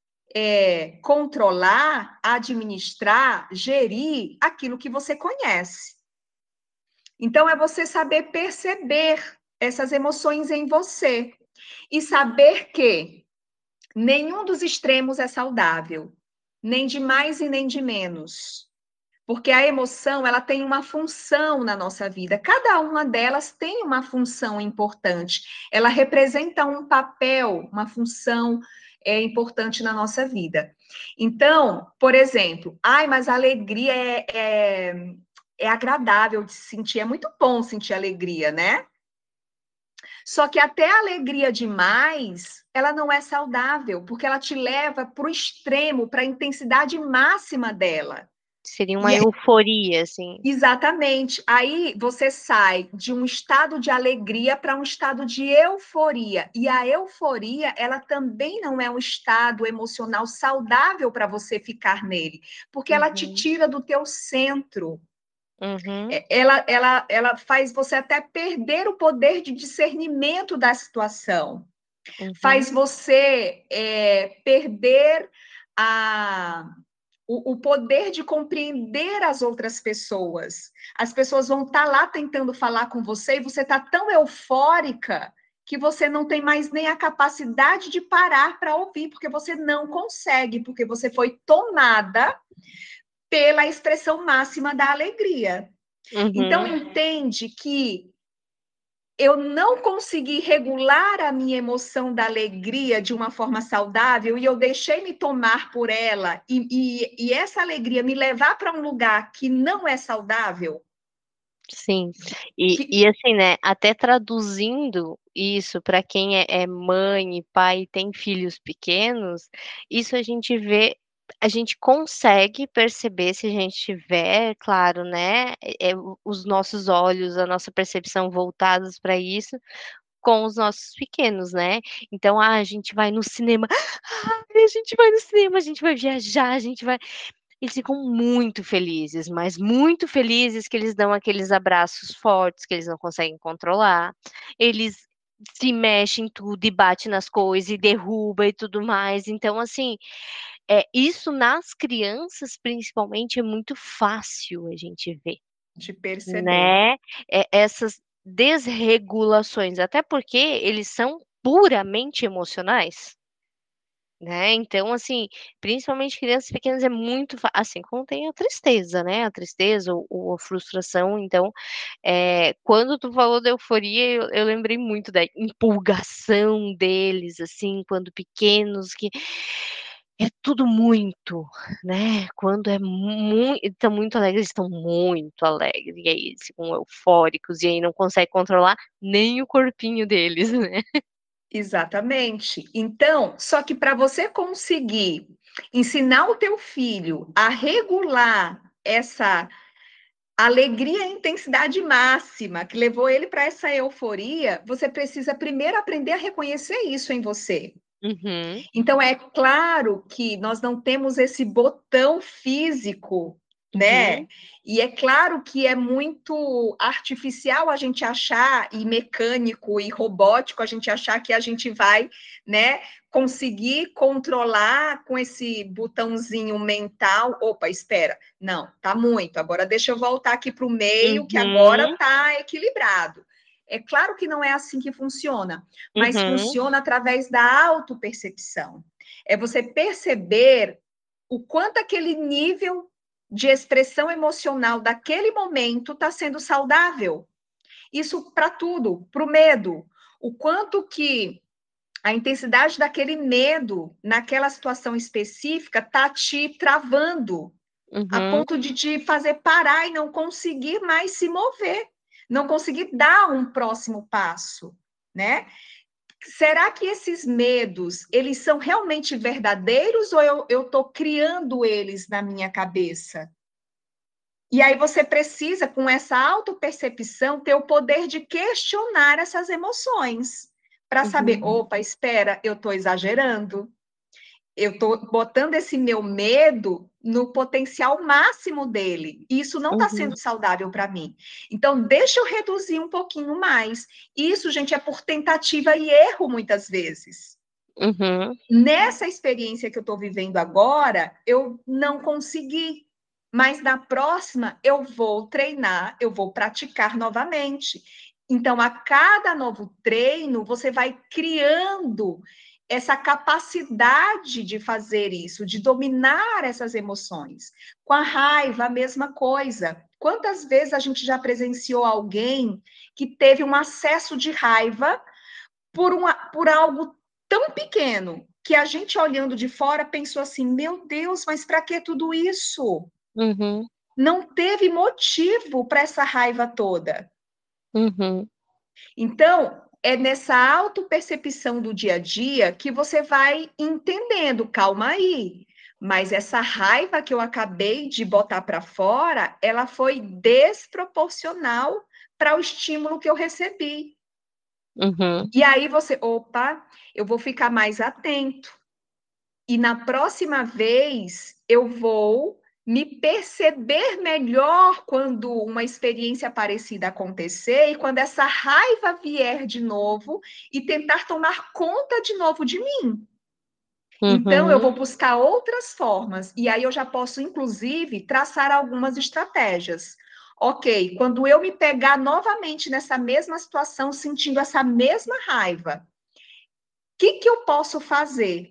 controlar, administrar, gerir aquilo que você conhece. Então, é você saber perceber essas emoções em você e saber que nenhum dos extremos é saudável, nem de mais e nem de menos. Porque a emoção, ela tem uma função na nossa vida. Cada uma delas tem uma função importante. Ela representa um papel, uma função importante na nossa vida. Então, por exemplo, mas a alegria é agradável de se sentir. É muito bom sentir alegria, né? Só que até a alegria demais, ela não é saudável, porque ela te leva para o extremo, para a intensidade máxima dela. seria uma E euforia, assim. exatamente. Aí você sai de um estado de alegria para um estado de euforia. E a euforia, ela também não é um estado emocional saudável para você ficar nele, porque ela te Uhum, tira do teu centro. uhum, Ela faz você até perder o poder de discernimento da situação. Faz uhum, você perder a o poder de compreender as outras pessoas. As pessoas vão estar lá tentando falar com você e você está tão eufórica que você não tem mais nem a capacidade de parar para ouvir, porque você não consegue, porque você foi tomada pela expressão máxima da alegria. Então, uhum. entende que eu não consegui regular a minha emoção da alegria de uma forma saudável e eu deixei me tomar por ela e essa alegria me levar para um lugar que não é saudável. Sim. E, Que, e assim, né, até traduzindo isso para quem é mãe e pai e tem filhos pequenos, isso a gente vê, a gente consegue perceber se a gente tiver, claro, né, os nossos olhos, a nossa percepção voltados para isso, com os nossos pequenos, né. Então, a gente vai no cinema, a gente vai no cinema, a gente vai viajar, a gente vai, eles ficam muito felizes, mas muito felizes, que eles dão aqueles abraços fortes que eles não conseguem controlar. Eles se mexem em tudo e bate nas coisas e derruba e tudo mais. Então, assim, isso nas crianças, principalmente, é muito fácil a gente ver, de perceber. né, essas desregulações, até porque eles são puramente emocionais. Né, então assim, principalmente crianças pequenas é muito assim como tem a tristeza, né, a tristeza ou a frustração, então, quando tu falou da euforia, eu lembrei muito da empolgação deles, assim, quando pequenos, que é tudo muito, né, quando é muito, estão muito alegres, eles estão muito alegres, e aí eles ficam eufóricos, e aí não consegue controlar nem o corpinho deles, né. Exatamente. Então, só que para você conseguir ensinar o teu filho a regular essa alegria e intensidade máxima que levou ele para essa euforia, você precisa primeiro aprender a reconhecer isso em você. Uhum, Então, é claro que nós não temos esse botão físico né? Uhum. E é claro que é muito artificial a gente achar, e mecânico e robótico, a gente achar que a gente vai, né, conseguir controlar com esse botãozinho mental. Opa, espera, não, tá muito. Agora deixa eu voltar aqui para o meio, que agora Uhum. tá equilibrado. É claro que não é assim que funciona, mas Uhum. funciona através da autopercepção. É você perceber o quanto aquele nível de expressão emocional daquele momento está sendo saudável. Isso para tudo, para o medo. O quanto que a intensidade daquele medo naquela situação específica está te travando, a Uhum. ponto de te fazer parar e não conseguir mais se mover, não conseguir dar um próximo passo, né? Será que esses medos, eles são realmente verdadeiros ou eu estou criando eles na minha cabeça? E aí você precisa, com essa autopercepção, ter o poder de questionar essas emoções, para saber, Uhum. opa, espera, eu estou exagerando, eu estou botando esse meu medo no potencial máximo dele. E isso não está Uhum. sendo saudável para mim. Então, deixa eu reduzir um pouquinho mais. Isso, gente, é por tentativa e erro, muitas vezes. Uhum. Nessa experiência que eu estou vivendo agora, eu não consegui. Mas na próxima, eu vou treinar, eu vou praticar novamente. Então, a cada novo treino, você vai criando essa capacidade de fazer isso, de dominar essas emoções. Com a raiva, a mesma coisa. Quantas vezes a gente já presenciou alguém que teve um acesso de raiva por algo tão pequeno que a gente olhando de fora pensou assim: meu Deus, mas para que tudo isso? Uhum. Não teve motivo para essa raiva toda. Uhum. Então, é nessa autopercepção do dia a dia que você vai entendendo, calma aí. Mas essa raiva que eu acabei de botar para fora, ela foi desproporcional para o estímulo que eu recebi. Uhum. E aí você, opa, eu vou ficar mais atento. E na próxima vez eu vou me perceber melhor quando uma experiência parecida acontecer e quando essa raiva vier de novo e tentar tomar conta de novo de mim. Então, eu Uhum. vou buscar outras formas, e aí eu já posso, inclusive, traçar algumas estratégias. Ok, quando eu me pegar novamente nessa mesma situação, sentindo essa mesma raiva, o que, que eu posso fazer?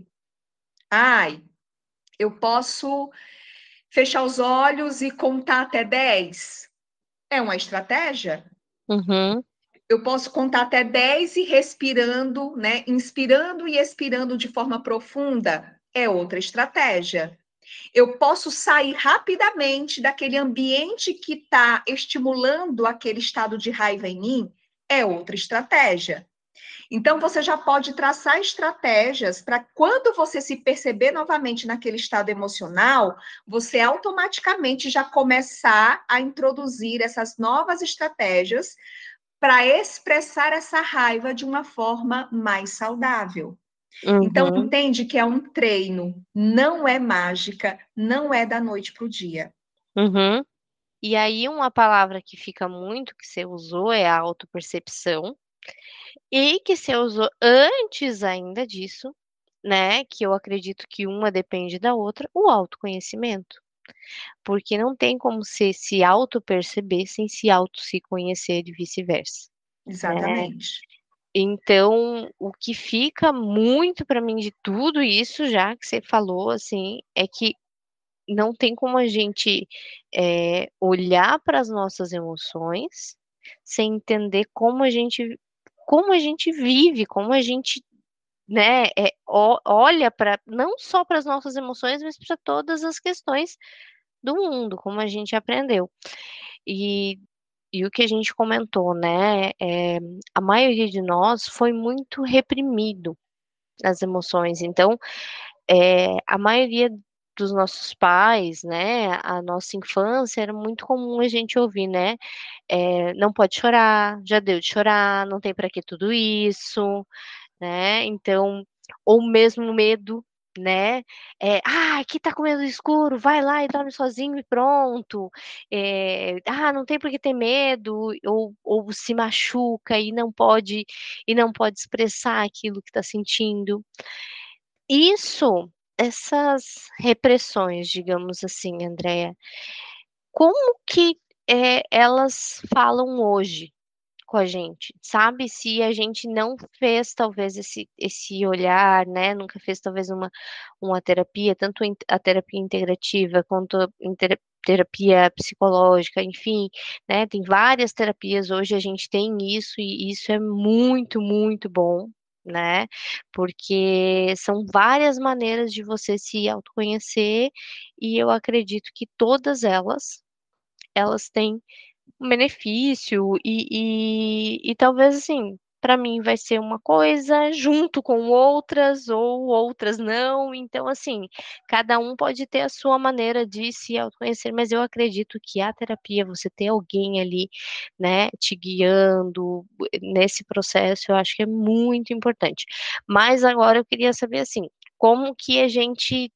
Ai, eu posso fechar os olhos e contar até 10. É uma estratégia? Uhum. Eu posso contar até 10 e respirando, né? Inspirando e expirando de forma profunda. É outra estratégia. Eu posso sair rapidamente daquele ambiente que está estimulando aquele estado de raiva em mim. É outra estratégia. Então, você já pode traçar estratégias para quando você se perceber novamente naquele estado emocional, você automaticamente já começar a introduzir essas novas estratégias para expressar essa raiva de uma forma mais saudável. Então, Uhum. entende que é um treino, não é mágica, não é da noite para o dia. Uhum. E aí, uma palavra que fica muito que você usou é a autopercepção, e que você usou antes ainda disso, né, que eu acredito que uma depende da outra, o autoconhecimento. Porque não tem como você se autoperceber sem se auto se conhecer e vice-versa, né. Exatamente. Então, o que fica muito para mim de tudo isso já que você falou, assim, é que não tem como a gente, olhar para as nossas emoções, sem entender como a gente vive, como a gente, né, olha para não só para as nossas emoções, mas para todas as questões do mundo, como a gente aprendeu. E e o que a gente comentou, né, a maioria de nós foi muito reprimido as emoções, então, a maioria dos nossos pais, né, a nossa infância era muito comum a gente ouvir, né, "Não pode chorar, já deu de chorar, não tem para que tudo isso", né, então ou mesmo medo. né? Aqui tá com medo do escuro, vai lá e dorme sozinho e pronto. Não tem por que ter medo, ou se machuca e não pode expressar aquilo que está sentindo. Essas repressões, digamos assim, Andréa, como que elas falam hoje com a gente, sabe? Se a gente não fez talvez esse olhar, né? Nunca fez talvez uma terapia, tanto a terapia integrativa quanto a terapia psicológica, enfim, né? Tem várias terapias hoje, a gente tem isso e isso é muito, muito bom. Né? Porque são várias maneiras de você se autoconhecer e eu acredito que todas elas têm um benefício e talvez assim, para mim vai ser uma coisa junto com outras ou outras não. Então, assim, cada um pode ter a sua maneira de se autoconhecer, mas eu acredito que a terapia, você ter alguém ali, né, te guiando nesse processo, eu acho que é muito importante. Mas agora eu queria saber assim, como que a gente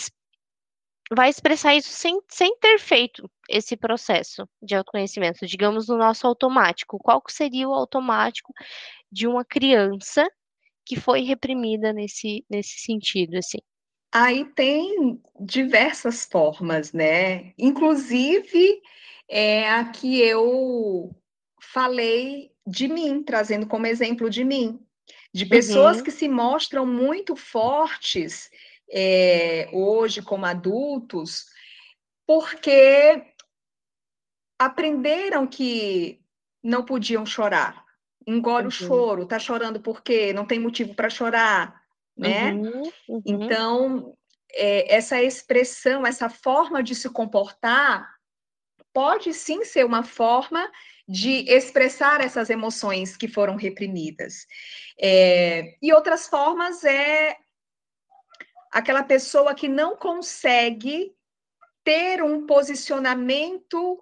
vai expressar isso sem ter feito esse processo de autoconhecimento, digamos, no nosso automático. Qual que seria o automático de uma criança que foi reprimida nesse sentido, assim? Aí tem diversas formas, né? Inclusive, a que eu falei de mim, trazendo como exemplo de mim, de pessoas Uhum, que se mostram muito fortes, hoje como adultos, porque aprenderam que não podiam chorar. Engole o uhum, choro, tá chorando por quê? Não tem motivo para chorar, né? uhum, uhum, Então, essa expressão, essa forma de se comportar, pode sim ser uma forma de expressar essas emoções que foram reprimidas. E outras formas é aquela pessoa que não consegue ter um posicionamento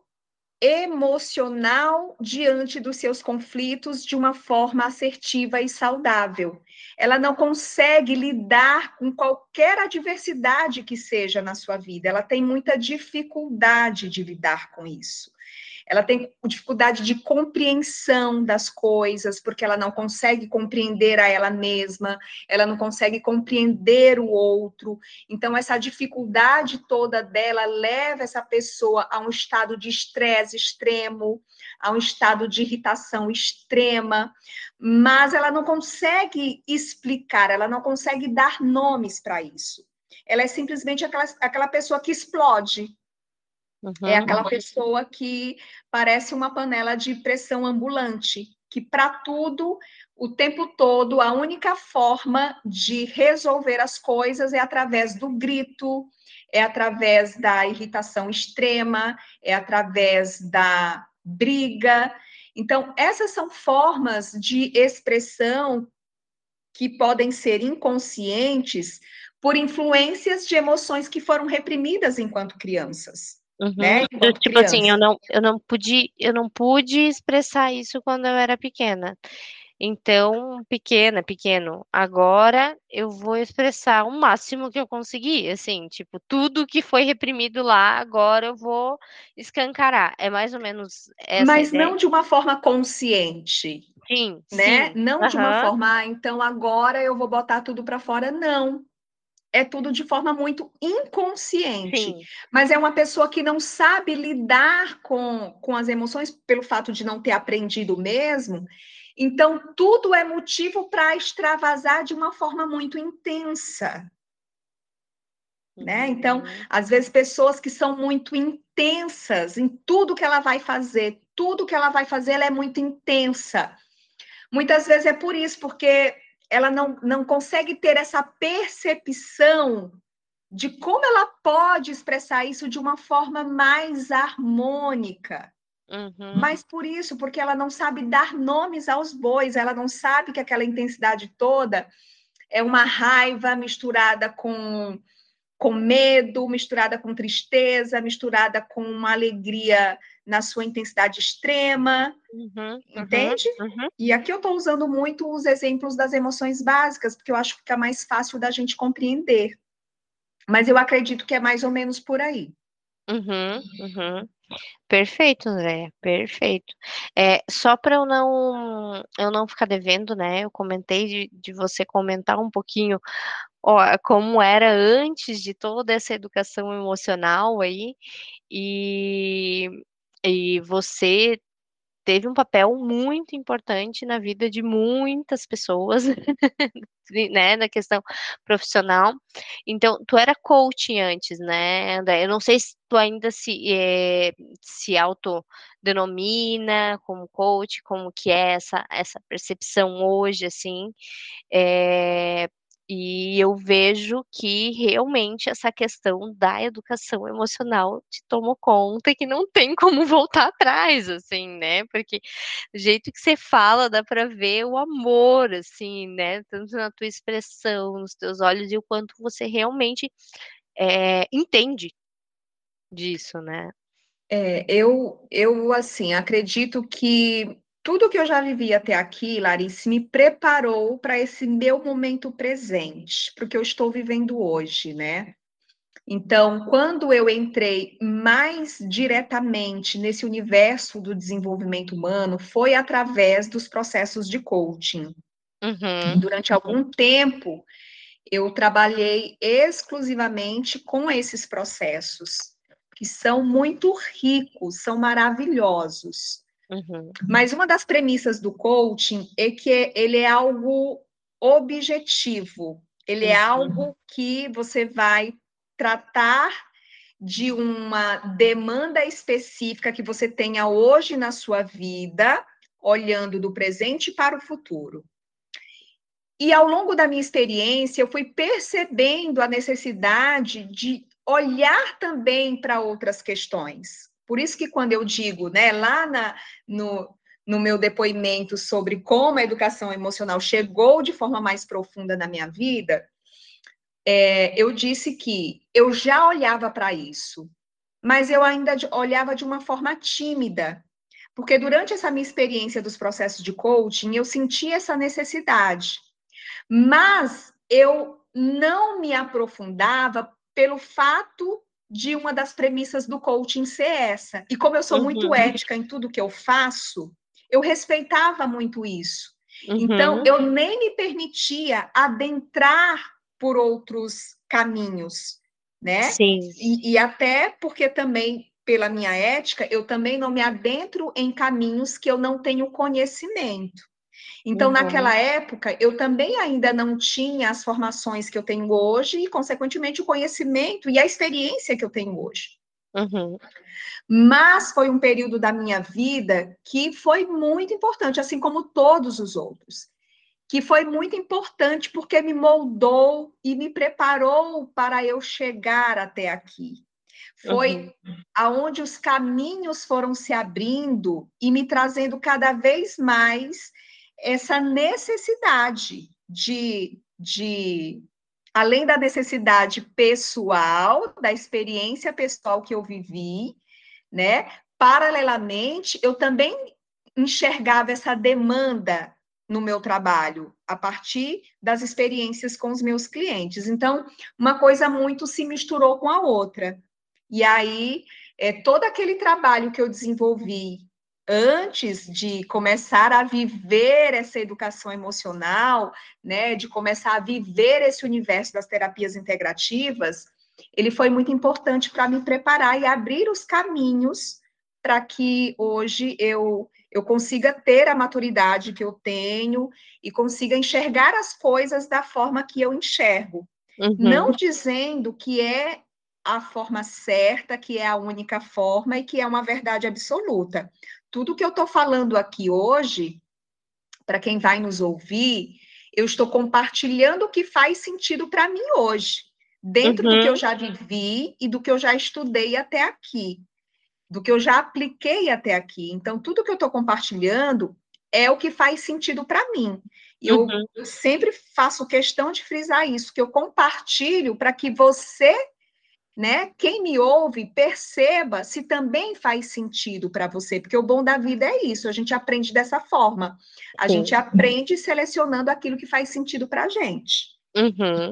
emocional diante dos seus conflitos de uma forma assertiva e saudável. Ela não consegue lidar com qualquer adversidade que seja na sua vida, ela tem muita dificuldade de lidar com isso. Ela tem dificuldade de compreensão das coisas, porque ela não consegue compreender a ela mesma, ela não consegue compreender o outro. Então, essa dificuldade toda dela leva essa pessoa a um estado de estresse extremo, a um estado de irritação extrema, mas ela não consegue explicar, ela não consegue dar nomes para isso. Ela é simplesmente aquela pessoa que explode, é uhum, aquela pessoa que parece uma panela de pressão ambulante, que para tudo, o tempo todo, a única forma de resolver as coisas é através do grito, é através da irritação extrema, é através da briga. Então, essas são formas de expressão que podem ser inconscientes por influências de emoções que foram reprimidas enquanto crianças, uhum. né? Enquanto Tipo assim, eu criança. não, eu não pude expressar isso quando eu era pequena. Então, pequeno. Agora eu vou expressar o máximo que eu conseguir, assim, tipo, tudo que foi reprimido lá, agora eu vou escancarar. É mais ou menos essa a Mas ideia? não de uma forma consciente, Sim, né? sim. Não de uma Aham, forma, então agora eu vou botar tudo para fora, não. É tudo de forma muito inconsciente. sim. Mas é uma pessoa que não sabe lidar com as emoções pelo fato de não ter aprendido mesmo. Então, tudo é motivo para extravasar de uma forma muito intensa, né? Então, Uhum, às vezes, pessoas que são muito intensas em tudo que ela vai fazer, tudo que ela vai fazer, ela é muito intensa. Muitas vezes é por isso, porque ela não consegue ter essa percepção de como ela pode expressar isso de uma forma mais harmônica. uhum, Mas por isso, porque ela não sabe dar nomes aos bois, ela não sabe que aquela intensidade toda é uma raiva misturada com medo, misturada com tristeza, misturada com uma alegria na sua intensidade extrema, uhum, uhum, entende? uhum. E aqui eu estou usando muito os exemplos das emoções básicas, porque eu acho que fica mais fácil da gente compreender. Mas eu acredito que é mais ou menos por aí. Uhum, uhum. Perfeito, Andréia, perfeito. Só para eu não ficar devendo, né? Eu comentei de você comentar um pouquinho, ó, como era antes de toda essa educação emocional aí, e, e você teve um papel muito importante na vida de muitas pessoas, né, na questão profissional. Então, tu era coach antes, né, André? Eu não sei se tu ainda se autodenomina como coach, como que é essa percepção hoje, assim, é, e eu vejo que realmente essa questão da educação emocional te tomou conta que não tem como voltar atrás, assim, né? Porque do jeito que você fala, dá para ver o amor, assim, né? Tanto na tua expressão, nos teus olhos, e o quanto você realmente entende disso, né? Eu assim, acredito que tudo que eu já vivi até aqui, Larice, me preparou para esse meu momento presente, para o que eu estou vivendo hoje, né? Então, quando eu entrei mais diretamente nesse universo do desenvolvimento humano, foi através dos processos de coaching. Uhum, Durante uhum, algum tempo, eu trabalhei exclusivamente com esses processos, que são muito ricos, são maravilhosos. uhum, Mas uma das premissas do coaching é que ele é algo objetivo, ele é uhum, algo que você vai tratar de uma demanda específica que você tenha hoje na sua vida, olhando do presente para o futuro. E ao longo da minha experiência, eu fui percebendo a necessidade de olhar também para outras questões. Por isso que quando eu digo, né, no, no meu depoimento sobre como a educação emocional chegou de forma mais profunda na minha vida, eu disse que eu já olhava para isso, mas eu ainda olhava de uma forma tímida, porque durante essa minha experiência dos processos de coaching, eu senti essa necessidade. Mas eu não me aprofundava pelo fato de uma das premissas do coaching ser essa. E como eu sou muito uhum, ética em tudo que eu faço, eu respeitava muito isso. Então, uhum. eu nem me permitia adentrar por outros caminhos, né? Sim. E até porque também, pela minha ética, eu também não me adentro em caminhos que eu não tenho conhecimento. Então, Uhum, naquela época, eu também ainda não tinha as formações que eu tenho hoje e, consequentemente, o conhecimento e a experiência que eu tenho hoje. uhum, Mas foi um período da minha vida que foi muito importante, assim como todos os outros, que foi muito importante porque me moldou e me preparou para eu chegar até aqui. Foi uhum, aonde os caminhos foram se abrindo e me trazendo cada vez mais essa necessidade de além da necessidade pessoal, da experiência pessoal que eu vivi, né? Paralelamente, eu também enxergava essa demanda no meu trabalho, a partir das experiências com os meus clientes. Então, uma coisa muito se misturou com a outra. E aí, todo aquele trabalho que eu desenvolvi antes de começar a viver essa educação emocional, né, de começar a viver esse universo das terapias integrativas, ele foi muito importante para me preparar e abrir os caminhos para que hoje eu consiga ter a maturidade que eu tenho e consiga enxergar as coisas da forma que eu enxergo. Não uhum, dizendo que é a forma certa, que é a única forma e que é uma verdade absoluta. Tudo que eu estou falando aqui hoje, para quem vai nos ouvir, eu estou compartilhando o que faz sentido para mim hoje, dentro do que eu uhum, já vivi e do que eu já estudei até aqui, do que eu já apliquei até aqui. Então, tudo que eu estou compartilhando é o que faz sentido para mim. E eu uhum. sempre faço questão de frisar isso, que eu compartilho para que você, né, quem me ouve, perceba se também faz sentido para você, porque o bom da vida é isso, a gente aprende dessa forma. A gente Sim. aprende selecionando aquilo que faz sentido para a gente. Uhum.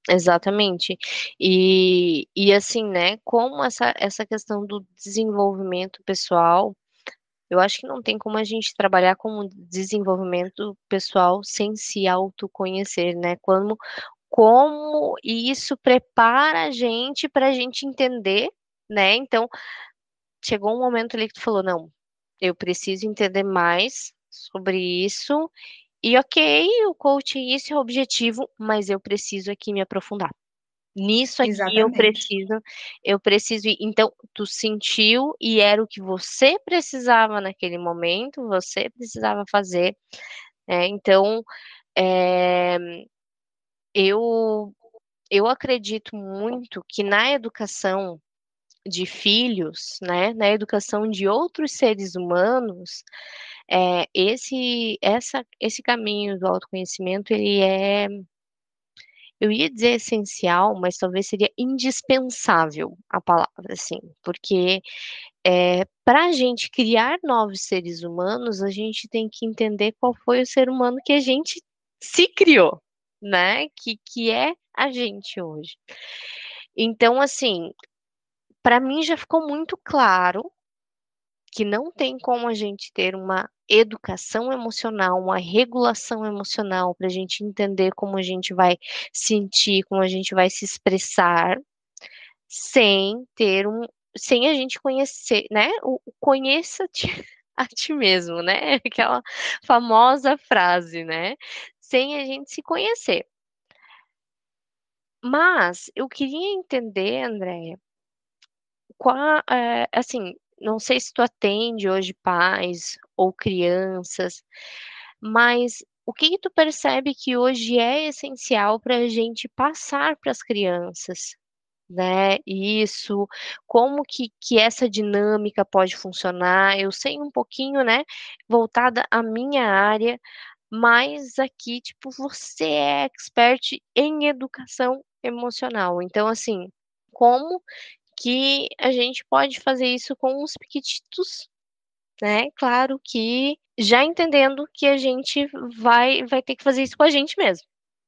Exatamente. E assim, né, como essa questão do desenvolvimento pessoal, eu acho que não tem como a gente trabalhar com desenvolvimento pessoal sem se autoconhecer, né? Como isso prepara a gente para a gente entender, né? Então, chegou um momento ali que tu falou, não, eu preciso entender mais sobre isso. E ok, o coaching, isso é o objetivo, mas eu preciso aqui me aprofundar. Nisso aqui Exatamente. eu preciso ir. Então, tu sentiu e era o que você precisava naquele momento, você precisava fazer, né? Então, é, eu, eu acredito muito que na educação de filhos, né, na educação de outros seres humanos, esse caminho do autoconhecimento, ele é, eu ia dizer essencial, mas talvez seria indispensável a palavra, assim, porque para a gente criar novos seres humanos, a gente tem que entender qual foi o ser humano que a gente se criou, né? Que é a gente hoje. Então, assim, para mim já ficou muito claro que não tem como a gente ter uma educação emocional, uma regulação emocional para a gente entender como a gente vai sentir, como a gente vai se expressar, sem ter um, sem a gente conhecer, né? O conheça-te a ti mesmo, né? Aquela famosa frase, né? Sem a gente se conhecer. Mas eu queria entender, Andréia, assim, não sei se tu atende hoje pais ou crianças, mas o que que tu percebe que hoje é essencial para a gente passar para as crianças, né? Isso, como que essa dinâmica pode funcionar? Eu sei um pouquinho, né, voltada à minha área, mas aqui, tipo, você é expert em educação emocional. Então, assim, como que a gente pode fazer isso com os piquititos, né? Claro que já entendendo que a gente vai ter que fazer isso com a gente mesmo.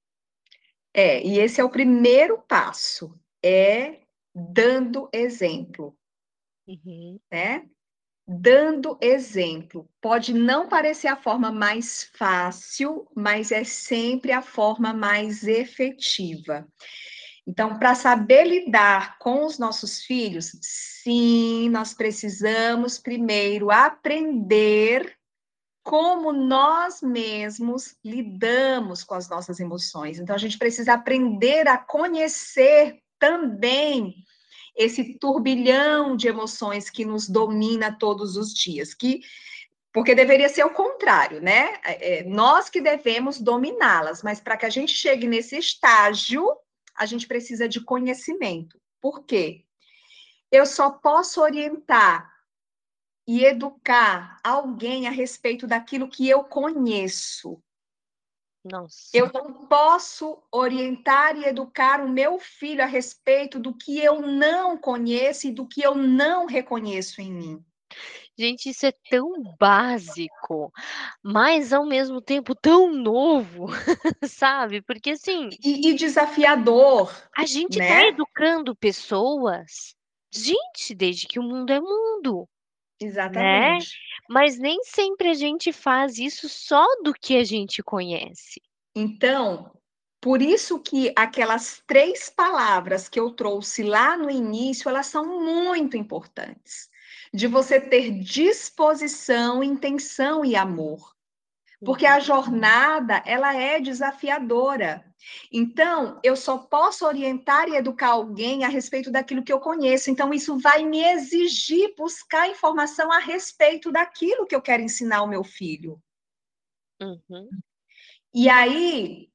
E esse é o primeiro passo, é dando exemplo, Uhum, né? Dando exemplo. Pode não parecer a forma mais fácil, mas é sempre a forma mais efetiva. Então, para saber lidar com os nossos filhos, sim, nós precisamos primeiro aprender como nós mesmos lidamos com as nossas emoções. Então, a gente precisa aprender a conhecer também esse turbilhão de emoções que nos domina todos os dias, porque deveria ser o contrário, né? Nós que devemos dominá-las, mas para que a gente chegue nesse estágio, a gente precisa de conhecimento. Por quê? Eu só posso orientar e educar alguém a respeito daquilo que eu conheço. nossa. Eu não posso orientar e educar o meu filho a respeito do que eu não conheço e do que eu não reconheço em mim. Gente, isso é tão básico, mas ao mesmo tempo tão novo, sabe? Porque assim, E desafiador, a gente está né? educando pessoas, gente, desde que o mundo é mundo, né? Exatamente. Mas nem sempre a gente faz isso só do que a gente conhece. Então, por isso que aquelas 3 palavras que eu trouxe lá no início, elas são muito importantes. De você ter disposição, intenção e amor. Porque a Uhum, jornada, ela é desafiadora. Então, eu só posso orientar e educar alguém a respeito daquilo que eu conheço. Então, isso vai me exigir buscar informação a respeito daquilo que eu quero ensinar ao meu filho. uhum, E aí,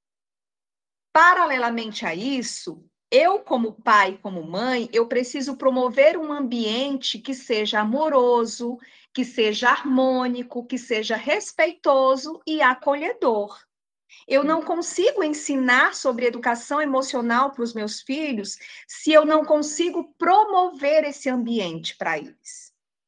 paralelamente a isso, eu, como pai, como mãe, eu preciso promover um ambiente que seja amoroso, que seja harmônico, que seja respeitoso e acolhedor. Eu uhum. não consigo ensinar sobre educação emocional para os meus filhos se eu não consigo promover esse ambiente para eles.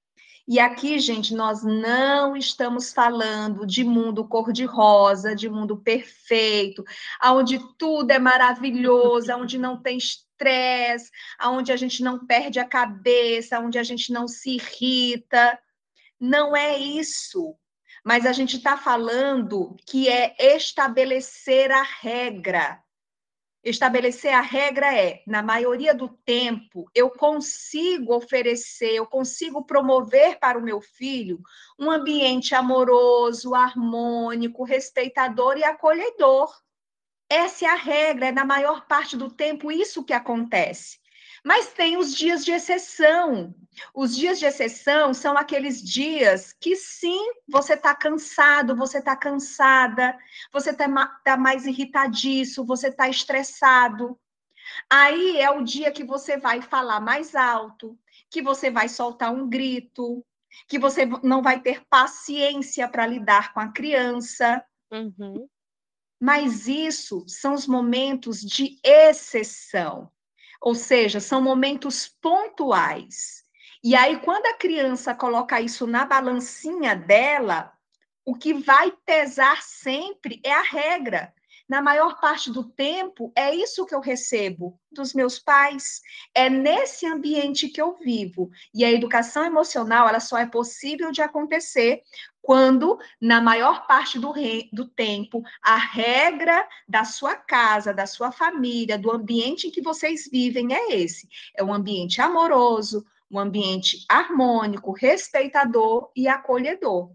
E aqui, gente, nós não estamos falando de mundo cor-de-rosa, de mundo perfeito, onde tudo é maravilhoso, onde não tem estresse, onde a gente não perde a cabeça, onde a gente não se irrita. Não é isso. Mas a gente está falando que é estabelecer a regra. Estabelecer a regra é, na maioria do tempo, eu consigo oferecer, eu consigo promover para o meu filho um ambiente amoroso, harmônico, respeitador e acolhedor. Essa é a regra, é na maior parte do tempo isso que acontece. Mas tem os dias de exceção. Os dias de exceção são aqueles dias que, sim, você está cansado, você está cansada, você tá mais irritadiço, você está estressado. Aí é o dia que você vai falar mais alto, que você vai soltar um grito, que você não vai ter paciência para lidar com a criança. Uhum. Mas isso são os momentos de exceção, ou seja, são momentos pontuais. E aí, quando a criança coloca isso na balancinha dela, o que vai pesar sempre é a regra. Na maior parte do tempo, é isso que eu recebo dos meus pais, é nesse ambiente que eu vivo. E a educação emocional, ela só é possível de acontecer quando, na maior parte do tempo, a regra da sua casa, da sua família, do ambiente em que vocês vivem é esse. É um ambiente amoroso, um ambiente harmônico, respeitador e acolhedor.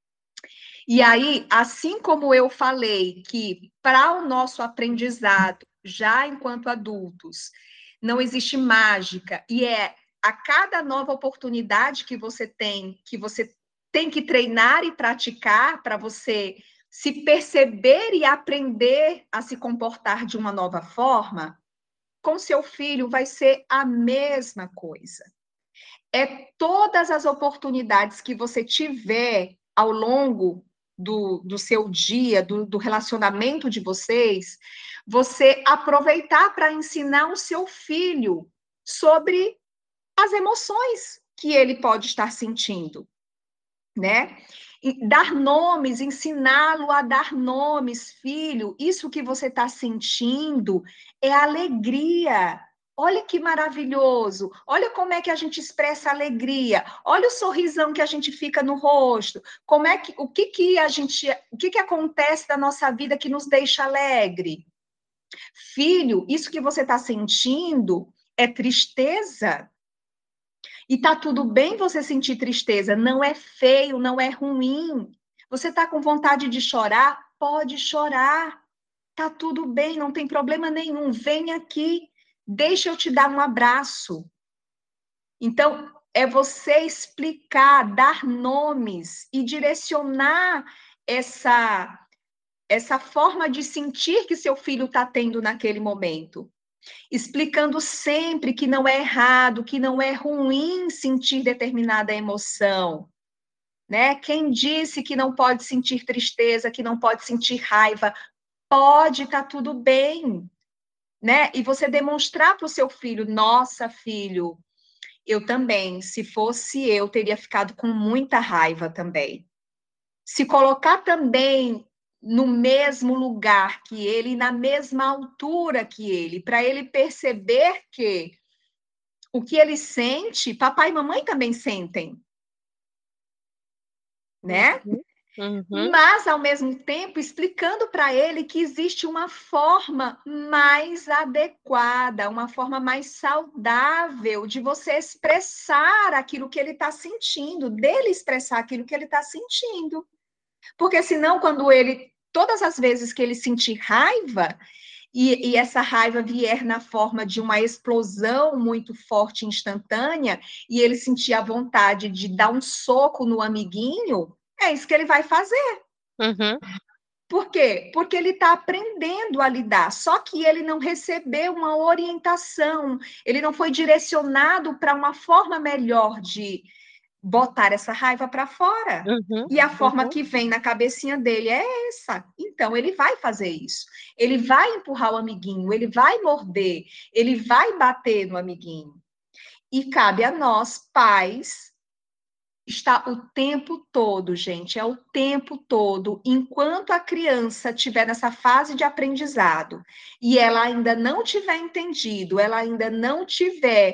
E aí, assim como eu falei que para o nosso aprendizado, já enquanto adultos, não existe mágica, e é a cada nova oportunidade que você tem que treinar e praticar para você se perceber e aprender a se comportar de uma nova forma, com seu filho vai ser a mesma coisa. É todas as oportunidades que você tiver ao longo do seu dia, do relacionamento de vocês, você aproveitar para ensinar o seu filho sobre as emoções que ele pode estar sentindo, né? E dar nomes, ensiná-lo a dar nomes, filho, isso que você está sentindo é alegria. Olha que maravilhoso. Olha como é que a gente expressa alegria. Olha o sorrisão que a gente fica no rosto. Como é que o que acontece na nossa vida que nos deixa alegre? Filho, isso que você está sentindo é tristeza. E tá tudo bem você sentir tristeza, não é feio, não é ruim. Você tá com vontade de chorar? Pode chorar. Tá tudo bem, não tem problema nenhum. Vem aqui, deixa eu te dar um abraço. Então, é você explicar, dar nomes e direcionar essa forma de sentir que seu filho está tendo naquele momento, explicando sempre que não é errado, que não é ruim sentir determinada emoção, né? Quem disse que não pode sentir tristeza, que não pode sentir raiva, pode, tá tudo bem, né? E você demonstrar para o seu filho, nossa, filho, eu também, se fosse eu, teria ficado com muita raiva também. Se colocar também no mesmo lugar que ele, na mesma altura que ele, para ele perceber que o que ele sente, papai e mamãe também sentem, né? Uhum. Uhum. Mas, ao mesmo tempo, explicando para ele que existe uma forma mais adequada, uma forma mais saudável de você expressar aquilo que ele está sentindo, dele expressar aquilo que ele está sentindo. Porque senão, todas as vezes que ele sentir raiva, e essa raiva vier na forma de uma explosão muito forte, instantânea, e ele sentir a vontade de dar um soco no amiguinho, é isso que ele vai fazer. Uhum. Por quê? Porque ele está aprendendo a lidar, só que ele não recebeu uma orientação, ele não foi direcionado para uma forma melhor de botar essa raiva para fora. Uhum. E a forma Uhum. que vem na cabecinha dele é essa. Então, ele vai fazer isso. Ele vai empurrar o amiguinho, ele vai morder, ele vai bater no amiguinho. E cabe a nós, pais, está o tempo todo, gente, é o tempo todo. Enquanto a criança estiver nessa fase de aprendizado e ela ainda não tiver entendido, ela ainda não tiver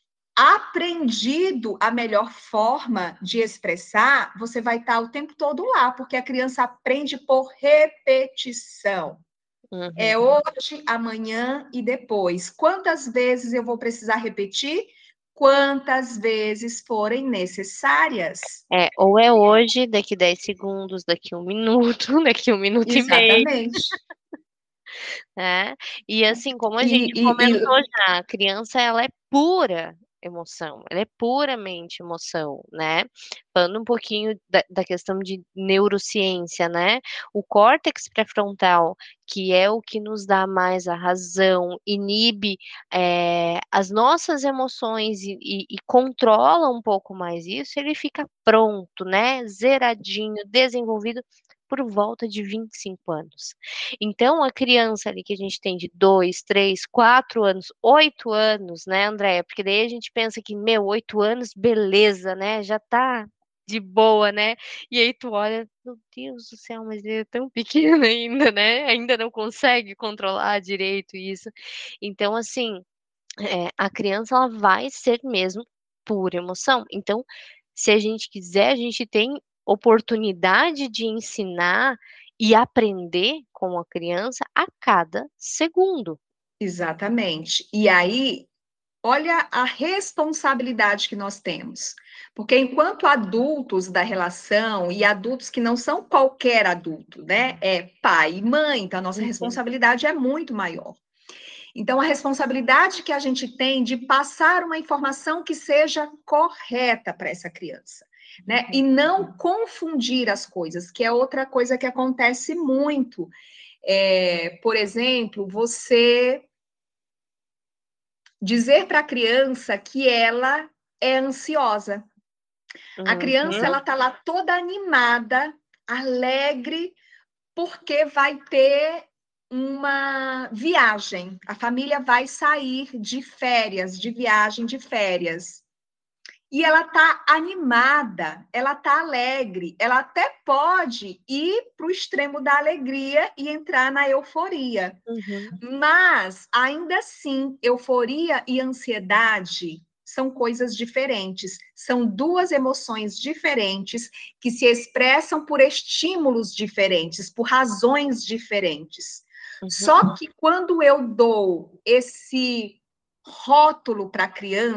aprendido a melhor forma de expressar, você vai estar o tempo todo lá, porque a criança aprende por repetição. É Uhum. hoje, amanhã e depois. Quantas vezes eu vou precisar repetir? Quantas vezes forem necessárias. Ou é hoje, daqui 10 segundos, daqui 1 minuto, daqui 1 minuto e meio, Exatamente. né? E assim, como a E, gente e, comentou e já, a criança, ela é pura emoção, ela é puramente emoção, né? Falando um pouquinho da questão de neurociência, né? O córtex pré-frontal, que é o que nos dá mais a razão, inibe as nossas emoções e controla um pouco mais isso, ele fica pronto, né? Zeradinho, desenvolvido por volta de 25 anos. Então, a criança ali que a gente tem de 2, 3, 4 anos, 8 anos, né, Andréia? Porque daí a gente pensa que, 8 anos, beleza, né? Já tá de boa, né? E aí tu olha, meu Deus do céu, mas ele é tão pequeno ainda, né? Ainda não consegue controlar direito isso. Então, assim, a criança, ela vai ser mesmo pura emoção. Então, se a gente quiser, a gente tem oportunidade de ensinar e aprender com a criança a cada segundo. exatamente. E aí, olha a responsabilidade que nós temos. Porque enquanto adultos da relação, e adultos que não são qualquer adulto, né? É pai e mãe, então a nossa Uhum, responsabilidade é muito maior. Então, a responsabilidade que a gente tem de passar uma informação que seja correta para essa criança, né? E uhum, não confundir as coisas, que é outra coisa que acontece muito. Por exemplo, você dizer para a criança que ela é ansiosa. A criança, uhum, ela tá lá toda animada, alegre, porque vai ter uma viagem. A família vai sair de férias, de viagem de férias. E ela está animada, ela está alegre, ela até pode ir para o extremo da alegria e entrar na euforia. uhum, Mas, ainda assim, euforia e ansiedade são coisas diferentes, são duas emoções diferentes que se expressam por estímulos diferentes, por razões diferentes. uhum, Só que quando eu dou esse rótulo para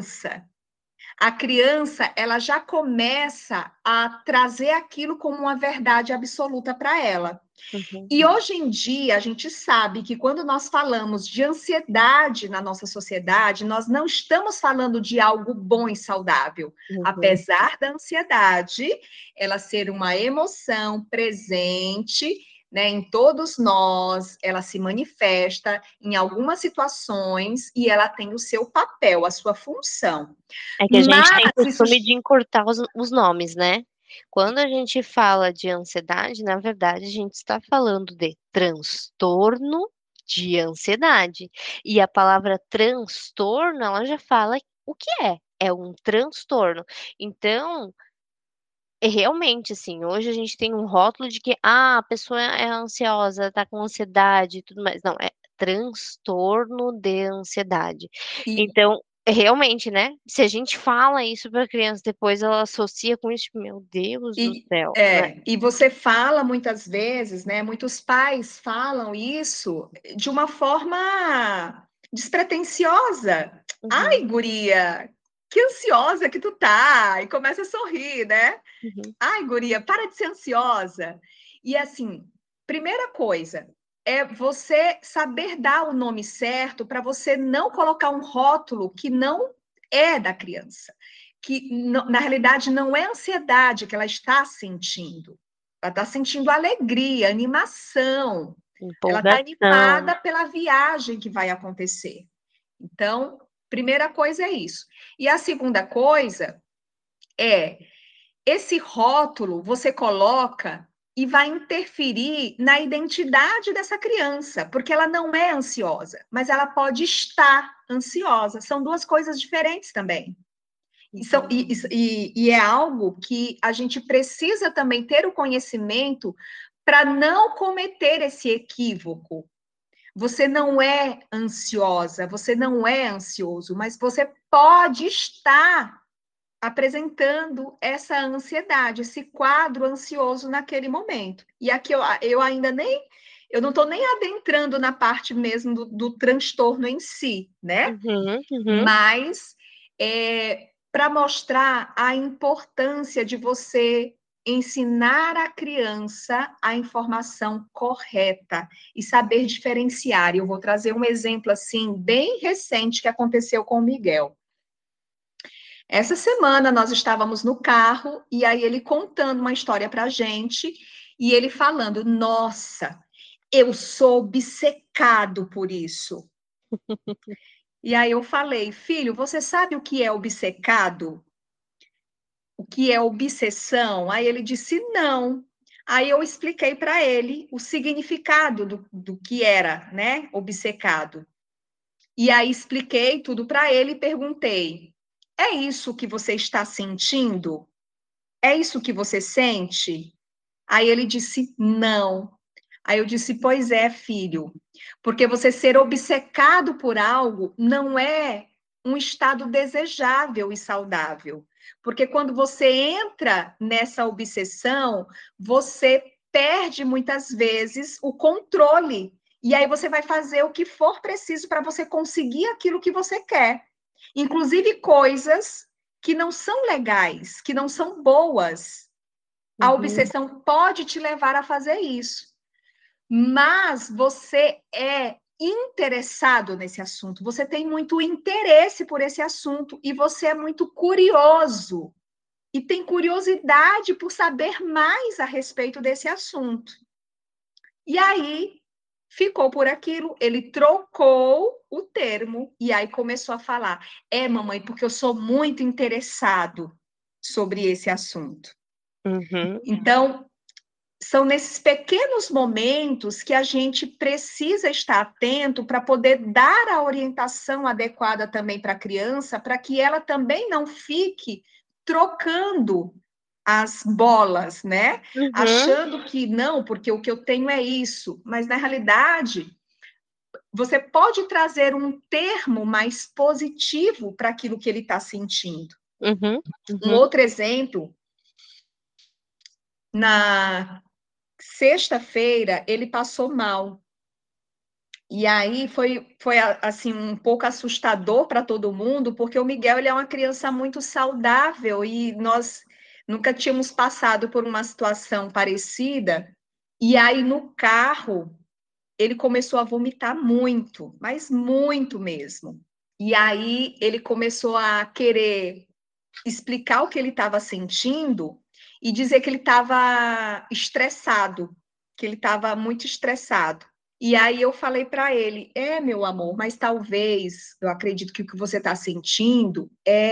a criança ela já começa a trazer aquilo como uma verdade absoluta para ela. uhum, E hoje em dia, a gente sabe que quando nós falamos de ansiedade na nossa sociedade, nós não estamos falando de algo bom e saudável. uhum. Apesar da ansiedade, ela ser uma emoção presente, né, em todos nós, ela se manifesta em algumas situações e ela tem o seu papel, a sua função. É que a gente tem Mas isso costume de encurtar os nomes, né? Quando a gente fala de ansiedade, na verdade, a gente está falando de transtorno de ansiedade. E a palavra transtorno, ela já fala o que é. É um transtorno. Então, realmente, assim, hoje a gente tem um rótulo de que a pessoa é ansiosa, tá com ansiedade e tudo mais. Não, é transtorno de ansiedade. e, Então, realmente, né? Se a gente fala isso para criança, depois ela associa com isso, tipo, meu Deus do céu, né? e você fala muitas vezes, né? Muitos pais falam isso de uma forma despretensiosa. Ai, Uhum, guria, que ansiosa que tu tá! E começa a sorrir, né? uhum, Ai, guria, para de ser ansiosa. E assim, primeira coisa é você saber dar o nome certo para você não colocar um rótulo que não é da criança, que na realidade não é ansiedade que ela está sentindo. Ela está sentindo alegria, animação. Ela está empolgação. animada pela viagem que vai acontecer. Então, primeira coisa é isso. E a segunda coisa é esse rótulo você coloca e vai interferir na identidade dessa criança, porque ela não é ansiosa, mas ela pode estar ansiosa. São duas coisas diferentes também. E é algo que a gente precisa também ter o conhecimento para não cometer esse equívoco. Você não é ansiosa, você não é ansioso, mas você pode estar apresentando essa ansiedade, esse quadro ansioso naquele momento. E aqui eu ainda nem, eu não estou nem adentrando na parte mesmo do transtorno em si, né? Uhum, uhum, Mas para mostrar a importância de você ensinar a criança a informação correta e saber diferenciar. E eu vou trazer um exemplo assim bem recente que aconteceu com o Miguel. Essa semana nós estávamos no carro e aí ele contando uma história para a gente e ele falando: Nossa, eu sou obcecado por isso. E aí eu falei: Filho, você sabe o que é obcecado? O que é obsessão? Aí ele disse: Não. Aí eu expliquei para ele o significado do que era, né, obcecado. E aí expliquei tudo para ele e perguntei: É isso que você está sentindo? É isso que você sente? Aí ele disse: Não. Aí eu disse: Pois é, filho, porque você ser obcecado por algo não é um estado desejável e saudável. Porque quando você entra nessa obsessão, você perde muitas vezes o controle. E aí você vai fazer o que for preciso para você conseguir aquilo que você quer. Inclusive coisas que não são legais, que não são boas. A uhum, obsessão pode te levar a fazer isso. Mas você é interessado nesse assunto, você tem muito interesse por esse assunto e você é muito curioso e tem curiosidade por saber mais a respeito desse assunto. E aí ficou por aquilo, ele trocou o termo e aí começou a falar: É, mamãe, porque eu sou muito interessado sobre esse assunto. uhum, Então, são nesses pequenos momentos que a gente precisa estar atento para poder dar a orientação adequada também para a criança, para que ela também não fique trocando as bolas, né? uhum, Achando que não, porque o que eu tenho é isso. Mas na realidade, você pode trazer um termo mais positivo para aquilo que ele está sentindo. uhum, Um uhum. outro exemplo, na sexta-feira, ele passou mal. E aí foi assim um pouco assustador para todo mundo, porque o Miguel ele é uma criança muito saudável e nós nunca tínhamos passado por uma situação parecida. E aí no carro ele começou a vomitar muito, mas muito mesmo. E aí ele começou a querer explicar o que ele estava sentindo e dizer que ele estava estressado, que ele estava muito estressado. E aí eu falei para ele: meu amor, mas talvez, eu acredito que o que você está sentindo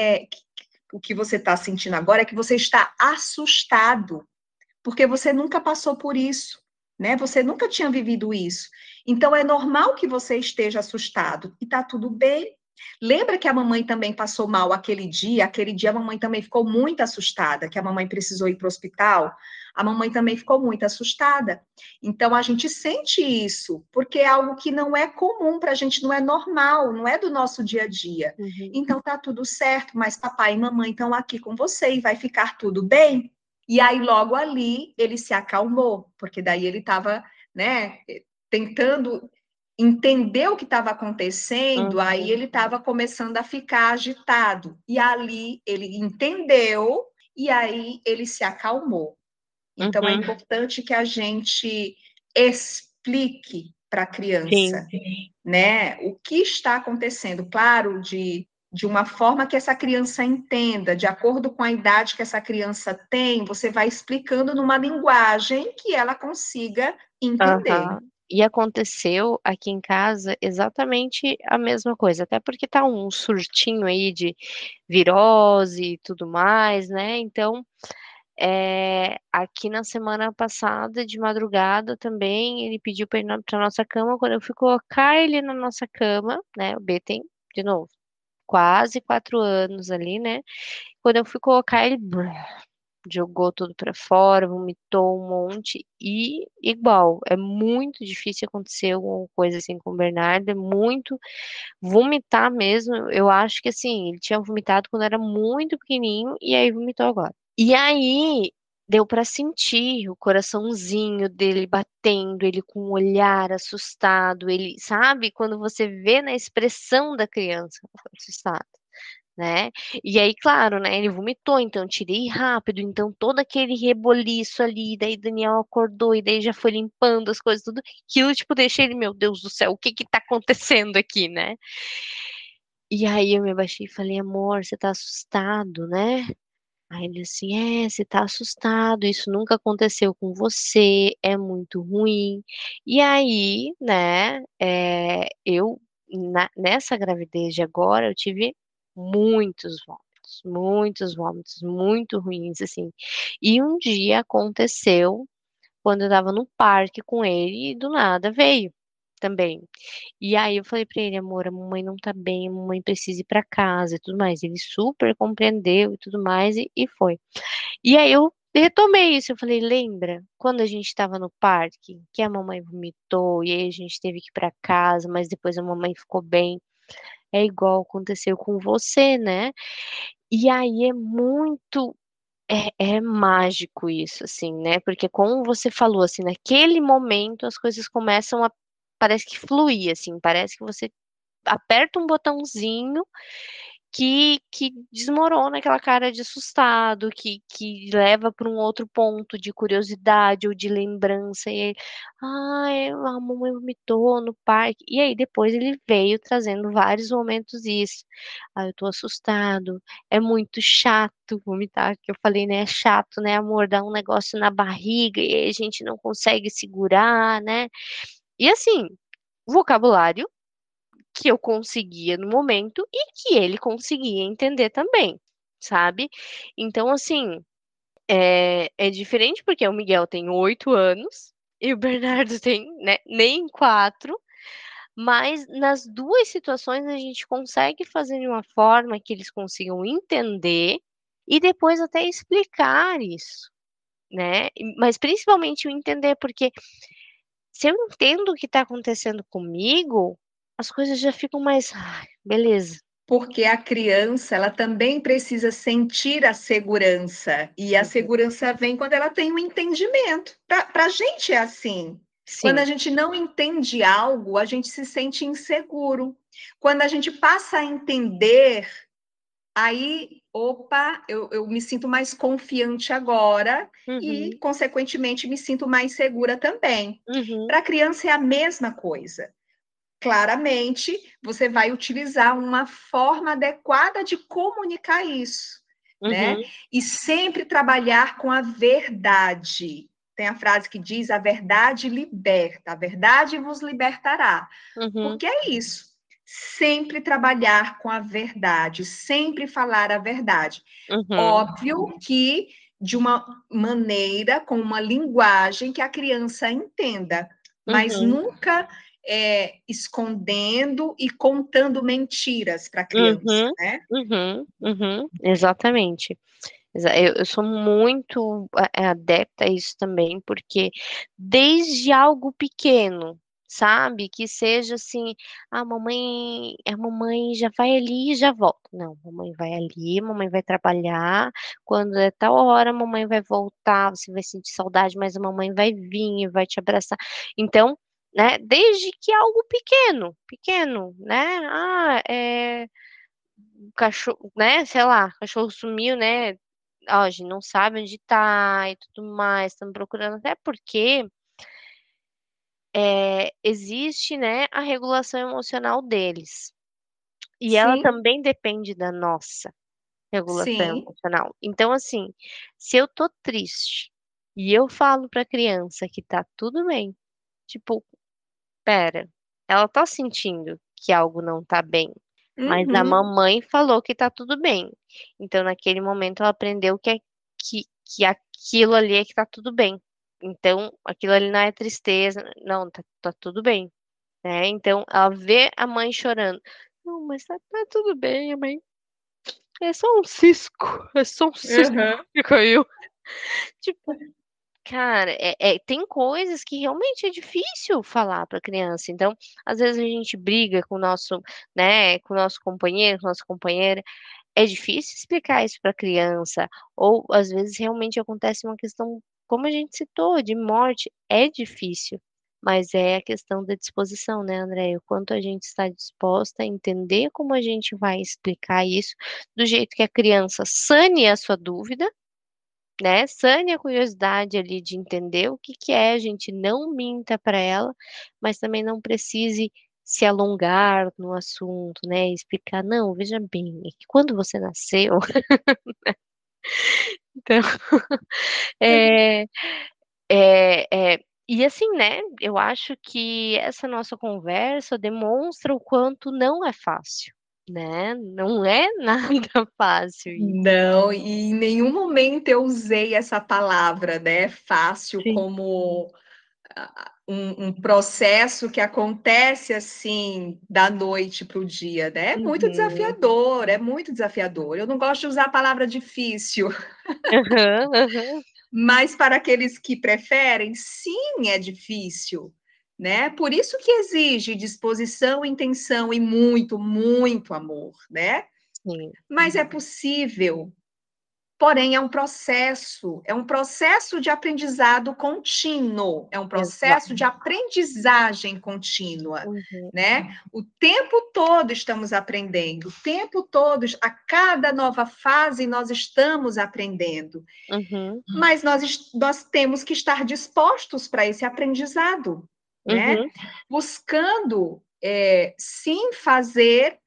o que você está sentindo agora é que você está assustado, porque você nunca passou por isso, né? Você nunca tinha vivido isso. Então é normal que você esteja assustado e está tudo bem. Lembra que a mamãe também passou mal aquele dia? Aquele dia a mamãe também ficou muito assustada, que a mamãe precisou ir para o hospital. A mamãe também ficou muito assustada. Então a gente sente isso, porque é algo que não é comum para a gente, não é normal, não é do nosso dia a dia. Uhum, Então tá tudo certo, mas papai e mamãe estão aqui com você e vai ficar tudo bem. E aí logo ali ele se acalmou, porque daí ele estava, né, tentando entender o que estava acontecendo, aí uhum, ele estava começando a ficar agitado. E ali ele entendeu e aí ele se acalmou. Então é uhum. importante que a gente explique para a Sim. criança, né, o que está acontecendo, claro, de uma forma que essa criança entenda, de acordo com a idade que essa criança tem, você vai explicando numa linguagem que ela consiga entender. Aham. E aconteceu aqui em casa exatamente a mesma coisa, até porque tá um surtinho aí de virose e tudo mais, né? Então, aqui na semana passada, de madrugada também, ele pediu pra nossa cama. Quando eu fui colocar ele na nossa cama, né? O B tem, de novo. quase 4 anos ali, né? Quando eu fui colocar ele, jogou tudo pra fora, vomitou um monte e igual, é muito difícil acontecer alguma coisa assim com o Bernardo, é muito vomitar mesmo. Eu acho que assim, ele tinha vomitado quando era muito pequenininho e aí vomitou agora. E aí deu pra sentir o coraçãozinho dele batendo, ele com um olhar assustado, ele, sabe, quando você vê na expressão da criança assustada, né? E aí, claro, né? Ele vomitou, então eu tirei rápido, então todo aquele reboliço ali, daí Daniel acordou e daí já foi limpando as coisas, tudo. Aquilo, tipo, deixei ele, meu Deus do céu, o que que tá acontecendo aqui, né? E aí eu me abaixei e falei, amor, você tá assustado, né? Aí ele assim, você tá assustado, isso nunca aconteceu com você, é muito ruim. E aí, né, nessa gravidez de agora, eu tive muitos vômitos, muito ruins, assim. E um dia aconteceu, quando eu tava no parque com ele, e do nada veio também. E aí eu falei pra ele, amor, a mamãe não tá bem, a mamãe precisa ir pra casa e tudo mais. Ele super compreendeu e tudo mais, e foi. E aí eu retomei isso, eu falei, lembra quando a gente estava no parque, que a mamãe vomitou e aí a gente teve que ir para casa, mas depois a mamãe ficou bem. É igual aconteceu com você, né? E aí é muito é mágico isso, assim, né? Porque como você falou, assim, naquele momento as coisas começam a parece que fluir, assim, parece que você aperta um botãozinho que desmorona aquela cara de assustado, que leva para um outro ponto de curiosidade ou de lembrança. E aí, ai, a mamãe vomitou no parque. E aí depois ele veio trazendo vários momentos isso. Ah, eu tô assustado. É muito chato vomitar, que eu falei, né? É chato, né, amor? Dá um negócio na barriga e aí a gente não consegue segurar, né? E assim, vocabulário que eu conseguia no momento e que ele conseguia entender também, sabe? Então, assim, é diferente porque o Miguel tem 8 anos e o Bernardo tem, né, nem 4, mas nas duas situações a gente consegue fazer de uma forma que eles consigam entender e depois até explicar isso, né? Mas principalmente o entender, porque se eu entendo o que está acontecendo comigo, as coisas já ficam mais, ai, beleza. Porque a criança, ela também precisa sentir a segurança, e a Uhum. segurança vem quando ela tem um entendimento. Para a gente é assim. Quando a Sim. gente não entende algo, a gente se sente inseguro. Quando a gente passa a entender, aí, opa, eu me sinto mais confiante agora e, Uhum. consequentemente, me sinto mais segura também. Uhum. Para a criança é a mesma coisa. Claramente, você vai utilizar uma forma adequada de comunicar isso, né? Uhum. E sempre trabalhar com a verdade. Tem a frase que diz: a verdade liberta, a verdade vos libertará. Uhum. Porque é isso. Sempre trabalhar com a verdade, sempre falar a verdade. Uhum. Óbvio que de uma maneira, com uma linguagem que a criança entenda, mas Uhum. nunca escondendo e contando mentiras para a criança, Uhum. né? Uhum. Uhum. Exatamente. Eu sou muito adepta a isso também, porque desde algo pequeno, sabe? Que seja assim, a mamãe já vai ali e já volta. Não, a mamãe vai ali, a mamãe vai trabalhar. Quando é tal hora, a mamãe vai voltar, você vai sentir saudade, mas a mamãe vai vir e vai te abraçar. Então, né? Desde que é algo pequeno, pequeno, né? O cachorro, né? Sei lá, o cachorro sumiu, né? Ó, a gente não sabe onde tá e tudo mais, estamos procurando, até porque existe, né, a regulação emocional deles. E ela Sim, também depende da nossa regulação sim. emocional. Então, assim, se eu tô triste e eu falo pra criança que tá tudo bem, tipo, pera, ela tá sentindo que algo não tá bem, mas a Uhum, mamãe falou que tá tudo bem. Então, naquele momento, ela aprendeu que aquilo ali é que tá tudo bem. Então, aquilo ali não é tristeza, não, tá tudo bem, né? Então, ela vê a mãe chorando. Não, mas tá tudo bem, mãe. É só um cisco, é só um cisco Aham. que caiu. Tipo, cara, tem coisas que realmente é difícil falar para criança. Então, às vezes a gente briga com o nosso, né, com o nosso companheiro, com a nossa companheira. É difícil explicar isso para criança, ou às vezes realmente acontece uma questão, como a gente citou, de morte, é difícil, mas é a questão da disposição, né, André? O quanto a gente está disposta a entender como a gente vai explicar isso, do jeito que a criança sane a sua dúvida, né? Sane a curiosidade ali de entender o que que é, a gente não minta para ela, mas também não precise se alongar no assunto, né? Explicar, não, veja bem, é que quando você nasceu, então, é, e assim, né? Eu acho que essa nossa conversa demonstra o quanto não é fácil, né? Não é nada fácil isso. Não, e em nenhum momento eu usei essa palavra, né, fácil, Sim. como um processo que acontece assim da noite para o dia, né? Uhum. É muito desafiador. Eu não gosto de usar a palavra difícil, Aham, aham. mas para aqueles que preferem, sim, é difícil, né? Por isso que exige disposição, intenção e muito, muito amor, né? Sim. Mas é possível. Porém, é um processo de aprendizado contínuo, é um Exato. processo de aprendizagem contínua, Uhum, né? O tempo todo estamos aprendendo, o tempo todo, a cada nova fase, nós estamos aprendendo, uhum, mas nós temos que estar dispostos para esse aprendizado, né? uhum, Buscando, sim, fazer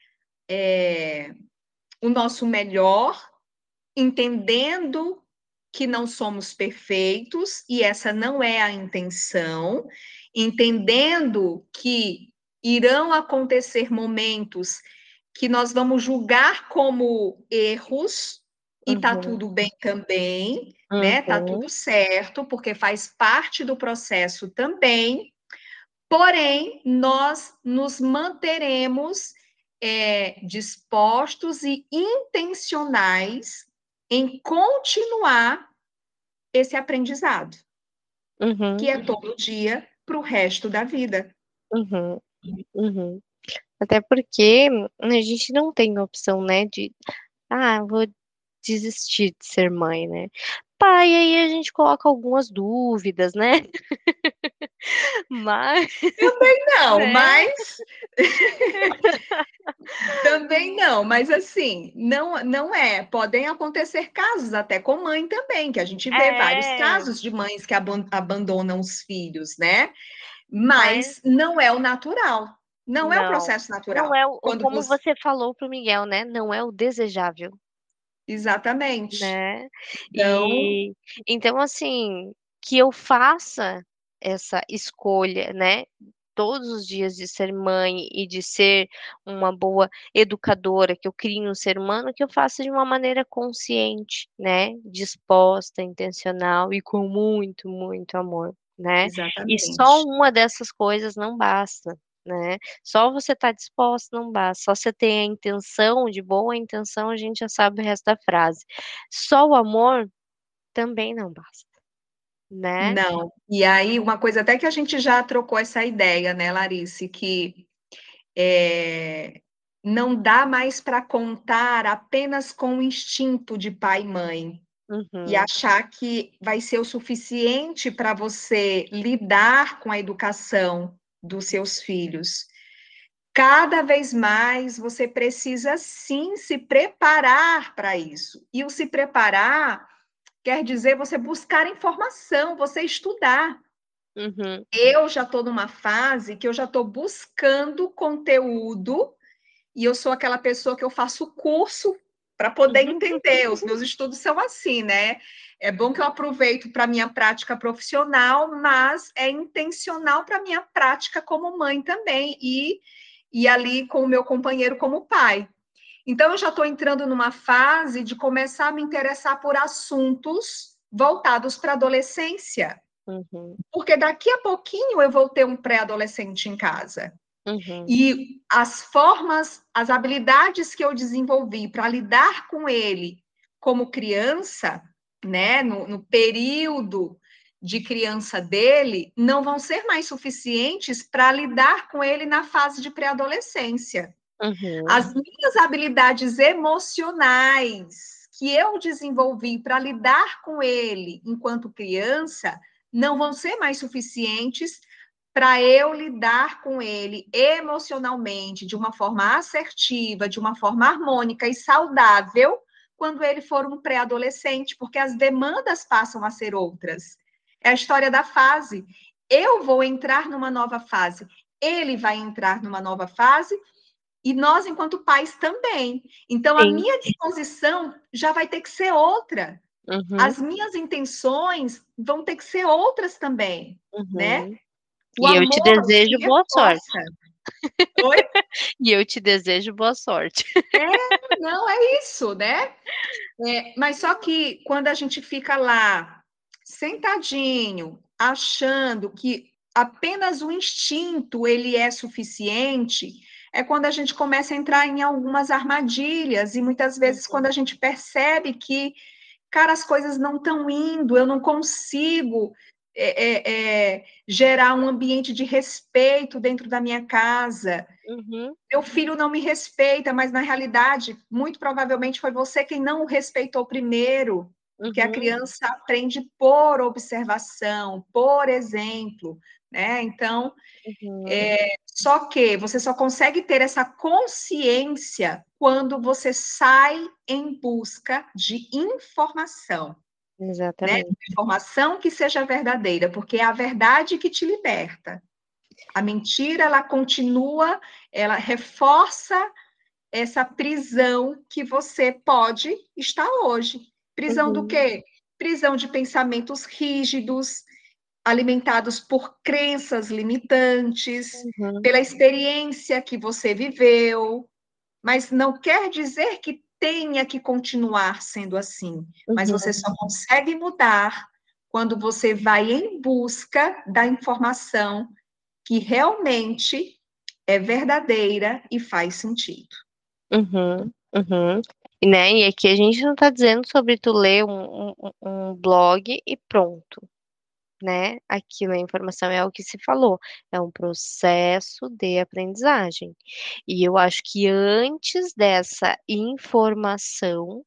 o nosso melhor, entendendo que não somos perfeitos e essa não é a intenção, entendendo que irão acontecer momentos que nós vamos julgar como erros e tá uhum, tudo bem também, né? Tá uhum, tudo certo, porque faz parte do processo também. Porém, nós nos manteremos dispostos e intencionais em continuar esse aprendizado, que uhum, é todo dia para o resto da vida. uhum, uhum. Até porque a gente não tem opção, né, de, vou desistir de ser mãe, né? Pai, aí a gente coloca algumas dúvidas, né? Mas, Não, né? mas também não, mas assim, não é. Podem acontecer casos até com mãe também, que a gente vê vários É, casos de mães que abandonam os filhos, né? mas Mas não é o natural. Não é o não. processo Não natural. é Quando como você. você falou pro Miguel, né? Não é o desejável. Exatamente. Né. Então, E então, assim, que eu faça essa escolha, né, todos os dias de ser mãe e de ser uma boa educadora, que eu crie um ser humano, que eu faça de uma maneira consciente, né, disposta, intencional e com muito, muito amor, né. E só exatamente. uma dessas coisas não basta, né. Só você estar disposta não basta, só você ter a intenção, de boa intenção, a gente já sabe o resto da frase. Só o amor também não basta, né. Não. E aí, uma coisa até que a gente já trocou essa ideia, né, Larice, que eh, não dá mais para contar apenas com o instinto de pai e mãe, e Uhum, achar que vai ser o suficiente para você lidar com a educação dos seus filhos. Cada vez mais você precisa sim se preparar para isso. E o se preparar quer dizer você buscar informação, você estudar. uhum, Eu já estou numa fase que eu já estou buscando conteúdo e eu sou aquela pessoa que eu faço curso para poder entender. Os meus estudos são assim, né? É bom que eu aproveito para minha prática profissional, mas é intencional para minha prática como mãe também e ali com o meu companheiro como pai. Então, eu já estou entrando numa fase de começar a me interessar por assuntos voltados para a adolescência, uhum, porque daqui a pouquinho eu vou ter um pré-adolescente em casa. Uhum. E as formas, as habilidades que eu desenvolvi para lidar com ele como criança, né, no período de criança dele, não vão ser mais suficientes para lidar com ele na fase de pré-adolescência. Uhum. As minhas habilidades emocionais que eu desenvolvi para lidar com ele enquanto criança não vão ser mais suficientes para eu lidar com ele emocionalmente de uma forma assertiva, de uma forma harmônica e saudável quando ele for um pré-adolescente, porque as demandas passam a ser outras. É a história da fase. Eu vou entrar numa nova fase, ele vai entrar numa nova fase e nós, enquanto pais, também. Então, a Sim. minha disposição já vai ter que ser outra. Uhum. As minhas intenções vão ter que ser outras também, né? Uhum. O E eu te amor se desejo boa sorte. reforça. Oi? E eu te desejo boa sorte. Não, é isso, né? Mas só que quando a gente fica lá, sentadinho, achando que apenas o instinto ele é suficiente, é quando a gente começa a entrar em algumas armadilhas, e muitas vezes quando a gente percebe que, cara, as coisas não estão indo, eu não consigo gerar um ambiente de respeito dentro da minha casa. Uhum. Meu filho não me respeita, mas na realidade, muito provavelmente foi você quem não o respeitou primeiro, porque a Uhum. criança aprende por observação, por exemplo, né? Então, Uhum. só que você só consegue ter essa consciência quando você sai em busca de informação, né? Exatamente. Informação que seja verdadeira, porque é a verdade que te liberta. A mentira, ela continua, ela reforça essa prisão que você pode estar hoje. Prisão do Uhum. quê? Prisão de pensamentos rígidos, alimentados por crenças limitantes, Uhum. pela experiência que você viveu, mas não quer dizer que tenha que continuar sendo assim, mas você Uhum. só consegue mudar quando você vai em busca da informação que realmente é verdadeira e faz sentido. Uhum. Uhum. E, né, e aqui a gente não está dizendo sobre tu ler um blog e pronto, né? Aquilo, a informação é o que se falou, é um processo de aprendizagem. E eu acho que antes dessa informação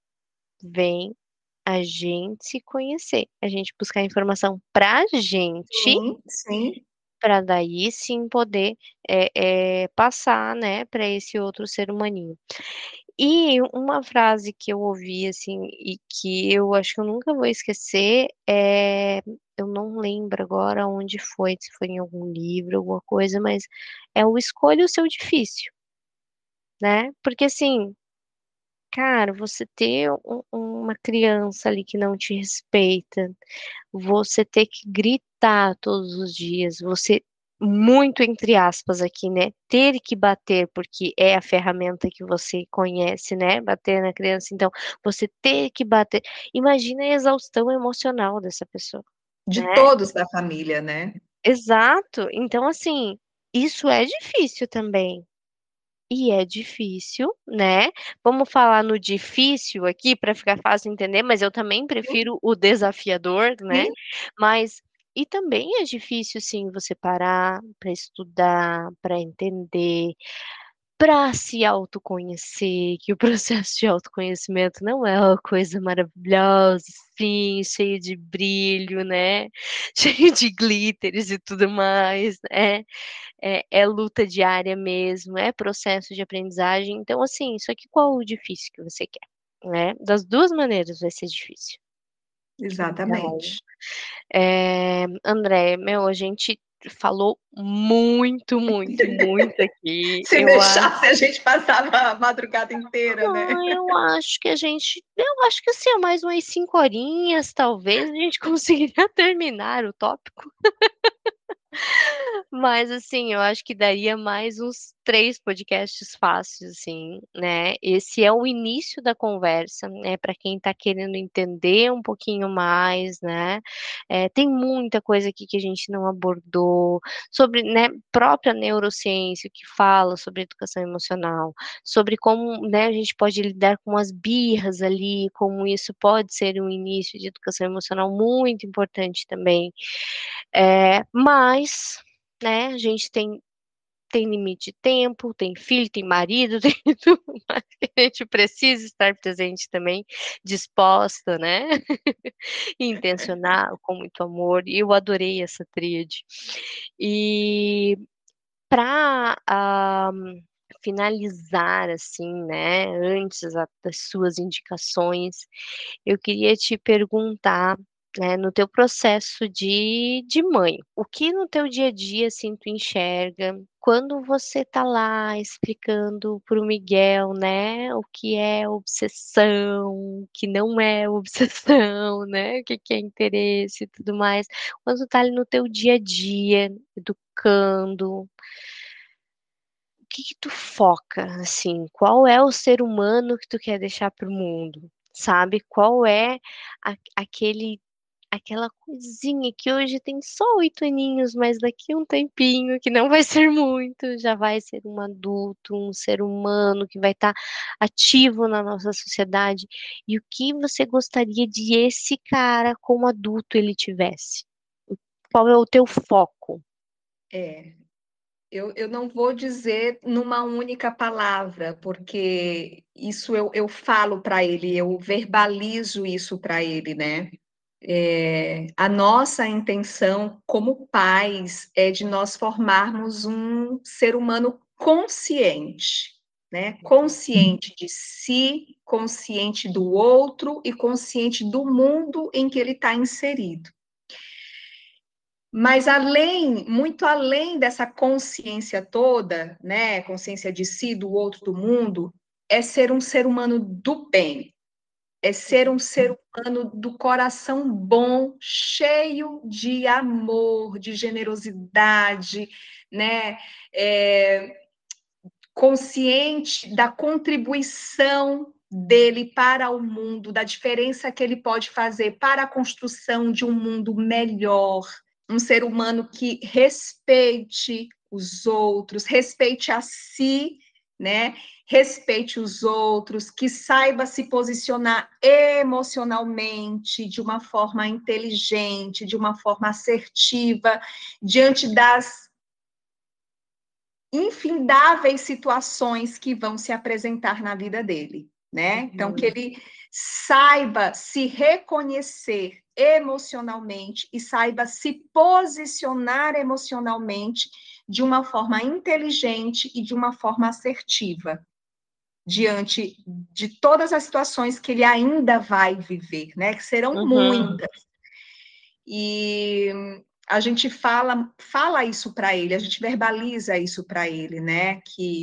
vem a gente se conhecer, a gente buscar informação pra gente, Sim, sim. para daí sim poder passar, né, para esse outro ser humaninho. E uma frase que eu ouvi, assim, e que eu acho que eu nunca vou esquecer, eu não lembro agora onde foi, se foi em algum livro, alguma coisa, mas é o escolha o seu difícil, né? Porque assim, cara, você ter uma criança ali que não te respeita, você ter que gritar todos os dias, você, muito entre aspas aqui, né, ter que bater, porque é a ferramenta que você conhece, né, bater na criança, então, você ter que bater. Imagina a exaustão emocional dessa pessoa, De né? todos da família, né? Exato. Então, assim, isso é difícil também. E é difícil, né? Vamos falar no difícil aqui para ficar fácil entender, mas eu também Sim, prefiro o desafiador, né? sim, Mas e também é difícil sim você parar para estudar, para entender, para se autoconhecer, que o processo de autoconhecimento não é uma coisa maravilhosa, assim, cheio de brilho, né? Cheio de glitters e tudo mais, né? É luta diária mesmo, é processo de aprendizagem. Então, assim, só que qual o difícil que você quer, né? Das 2 maneiras vai ser difícil. Então, exatamente. André, meu, a gente falou muito, muito, muito aqui. Se deixasse, a gente passava a madrugada inteira, né? Eu acho que assim, mais umas 5 horinhas, talvez, a gente conseguiria terminar o tópico. Mas, assim, eu acho que daria mais uns 3 podcasts fáceis, assim, né. Esse é o início da conversa, né, para quem está querendo entender um pouquinho mais, né. Tem muita coisa aqui que a gente não abordou, sobre, né, própria neurociência que fala sobre educação emocional, sobre como, né, a gente pode lidar com as birras ali, como isso pode ser um início de educação emocional muito importante também. Mas, né, a gente tem limite de tempo, tem filho, tem marido, tem tudo mais que a gente precisa estar presente também, disposta, né, intencional, com muito amor, e eu adorei essa tríade. E para finalizar, assim, né, antes das suas indicações, eu queria te perguntar, né, no teu processo de mãe, o que no teu dia a dia, assim, tu enxerga quando você tá lá explicando para o Miguel, né, o que é obsessão, o que não é obsessão, né, o que que é interesse e tudo mais. Quando tu tá ali no teu dia a dia, educando, o que que tu foca, assim? Qual é o ser humano que tu quer deixar para o mundo, sabe? Qual é aquele aquela coisinha que hoje tem só 8 aninhos, mas daqui a um tempinho, que não vai ser muito, já vai ser um adulto, um ser humano que vai estar ativo na nossa sociedade. E o que você gostaria de esse cara como adulto ele tivesse? Qual é o teu foco? É, eu não vou dizer numa única palavra, porque isso eu falo para ele, eu verbalizo isso para ele, né? A nossa intenção como pais é de nós formarmos um ser humano consciente, né? Consciente de si, consciente do outro e consciente do mundo em que ele está inserido. Mas muito além dessa consciência toda, né? Consciência de si, do outro, do mundo, é ser um ser humano do bem, é ser um ser humano do coração bom, cheio de amor, de generosidade, né? É, consciente da contribuição dele para o mundo, da diferença que ele pode fazer para a construção de um mundo melhor. Um ser humano que respeite os outros, respeite a si, né? Respeite os outros, que saiba se posicionar emocionalmente de uma forma inteligente, de uma forma assertiva, diante das infindáveis situações que vão se apresentar na vida dele, né? Então, que ele saiba se reconhecer emocionalmente e saiba se posicionar emocionalmente de uma forma inteligente e de uma forma assertiva diante de todas as situações que ele ainda vai viver, né? Que serão Uhum, muitas. E a gente fala isso para ele, a gente verbaliza isso para ele, né?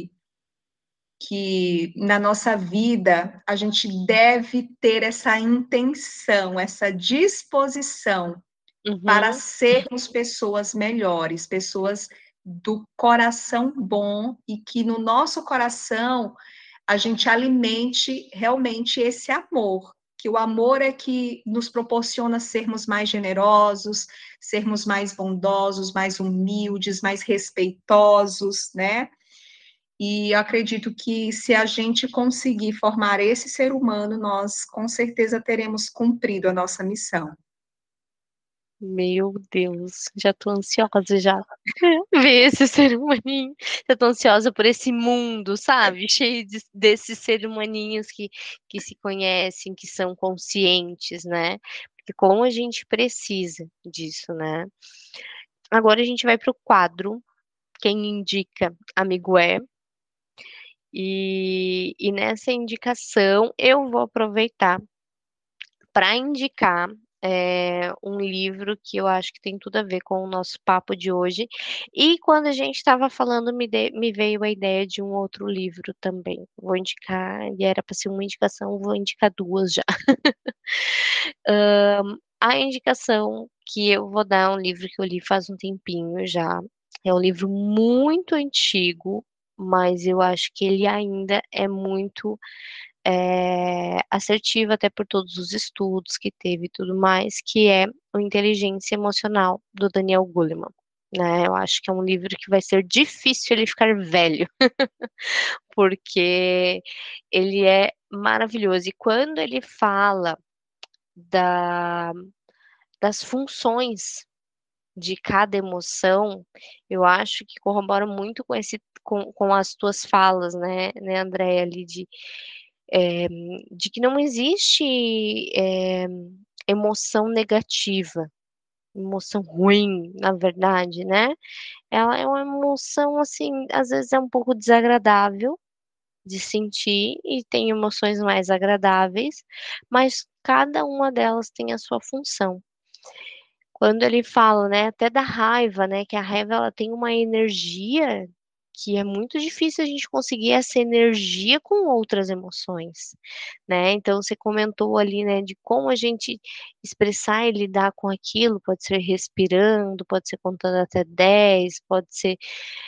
Que na nossa vida a gente deve ter essa intenção, essa disposição para uhum. sermos pessoas melhores, pessoas do coração bom e que no nosso coração a gente alimente realmente esse amor, que o amor é que nos proporciona sermos mais generosos, sermos mais bondosos, mais humildes, mais respeitosos, né? E eu acredito que se a gente conseguir formar esse ser humano, nós com certeza teremos cumprido a nossa missão. Meu Deus, já tô ansiosa já. Ver esse ser humaninho. Já tô ansiosa por esse mundo, sabe, cheio desses ser humaninhos que se conhecem, que são conscientes, né, porque como a gente precisa disso, né. Agora a gente vai para o quadro Quem Indica Amigo É, e nessa indicação eu vou aproveitar para indicar, um livro que eu acho que tem tudo a ver com o nosso papo de hoje, e quando a gente estava falando me veio a ideia de um outro livro também. Vou indicar e era para ser uma indicação, vou indicar 2 já. A indicação que eu vou dar é um livro que eu li faz um tempinho já, É um livro muito antigo, mas eu acho que ele ainda é muito assertivo, até por todos os estudos que teve e tudo mais, que é o Inteligência Emocional, do Daniel Goleman. Né? Eu acho que é um livro que vai ser difícil ele ficar velho, porque ele é maravilhoso. E quando ele fala da, das funções de cada emoção, eu acho que corrobora muito com com as tuas falas, né, Andréia, ali é, de que não existe emoção negativa, emoção ruim, na verdade, né? Ela é uma emoção, assim, às vezes é um pouco desagradável de sentir e tem emoções mais agradáveis, mas cada uma delas tem a sua função. Quando ele fala, né, até da raiva, né, que a raiva ela tem uma energia que é muito difícil a gente conseguir essa energia com outras emoções, né? Então você comentou ali, né, de como a gente expressar e lidar com aquilo, pode ser respirando, pode ser contando até 10, pode ser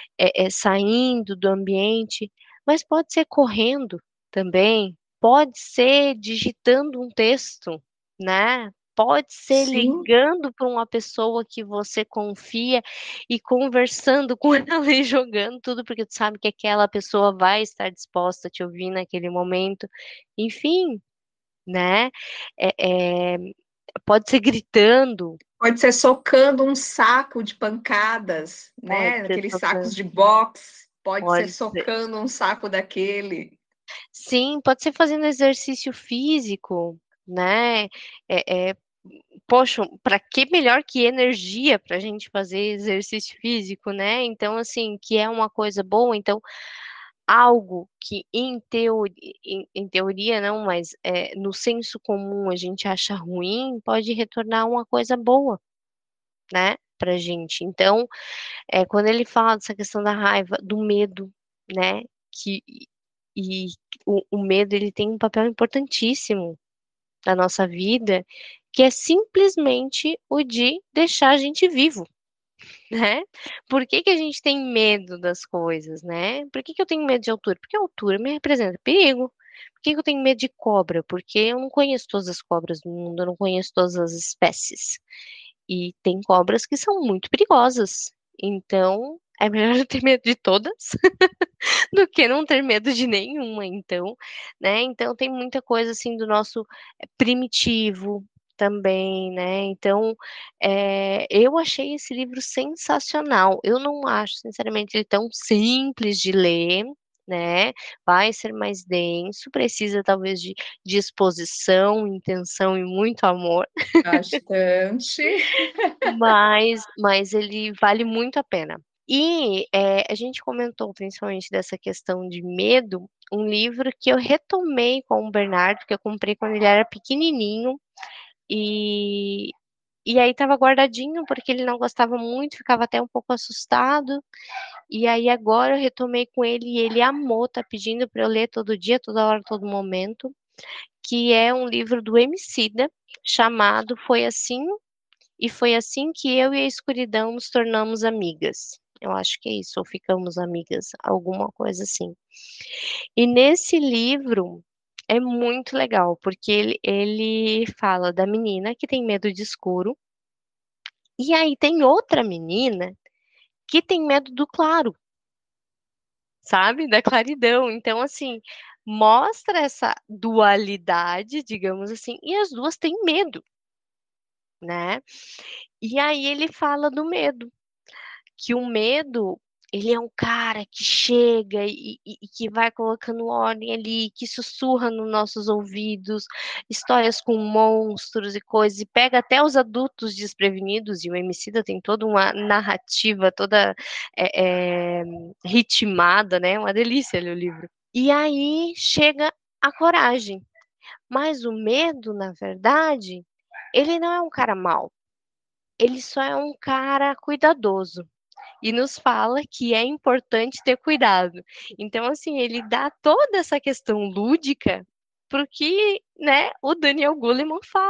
saindo do ambiente, mas pode ser correndo também, pode ser digitando um texto, né? Pode ser Sim, ligando para uma pessoa que você confia e conversando com ela e jogando tudo, porque tu sabe que aquela pessoa vai estar disposta a te ouvir naquele momento. Enfim, né? É, é, pode ser gritando, pode ser socando um saco de pancadas, pode né? ser Aqueles sacos tocando, de boxe, pode ser pode ser. socando um saco daquele. Sim, pode ser fazendo exercício físico, né? É, é, poxa, para que melhor que energia para a gente fazer exercício físico, né? Então, assim, que é uma coisa boa. Então, algo que em teoria não, mas no senso comum a gente acha ruim, pode retornar uma coisa boa, né? Pra gente. Então, quando ele fala dessa questão da raiva, do medo, né? Que, e o medo ele tem um papel importantíssimo na nossa vida, que é simplesmente o de deixar a gente vivo, né? Por que que a gente tem medo das coisas, né? Por que que eu tenho medo de altura? Porque a altura me representa perigo. Por que que eu tenho medo de cobra? Porque eu não conheço todas as cobras do mundo, eu não conheço todas as espécies. E tem cobras que são muito perigosas. Então, é melhor eu ter medo de todas do que não ter medo de nenhuma, então, né? Então tem muita coisa assim do nosso primitivo também, né? Então, eu achei esse livro sensacional. Eu não acho, sinceramente, ele tão simples de ler. Né? Vai ser mais denso, precisa talvez de exposição, intenção e muito amor, Bastante. mas ele vale muito a pena. E a gente comentou principalmente dessa questão de medo, um livro que eu retomei com o Bernardo, que eu comprei quando ele era pequenininho, e, e aí estava guardadinho, porque ele não gostava muito, ficava até um pouco assustado, e aí agora eu retomei com ele, e ele amou, tá pedindo para eu ler todo dia, toda hora, todo momento, que é um livro do Emicida, chamado Foi assim que eu e a escuridão nos tornamos amigas. Eu acho que é isso, ou ficamos amigas, alguma coisa assim. E nesse livro é muito legal, porque ele fala da menina que tem medo de escuro, e aí tem outra menina que tem medo do claro, sabe? Da claridão. Então, assim, mostra essa dualidade, digamos assim, e as duas têm medo, né? E aí ele fala do medo. Que o medo, ele é um cara que chega e que vai colocando ordem ali, que sussurra nos nossos ouvidos, histórias com monstros e coisas, e pega até os adultos desprevenidos, e o Emicida tem toda uma narrativa toda é, é, ritmada, né? Uma delícia ler o livro. E aí chega a coragem. Mas o medo, na verdade, ele não é um cara mau. Ele só é um cara cuidadoso e nos fala que é importante ter cuidado. Então, assim, ele dá toda essa questão lúdica pro que, né, o Daniel Goleman fala.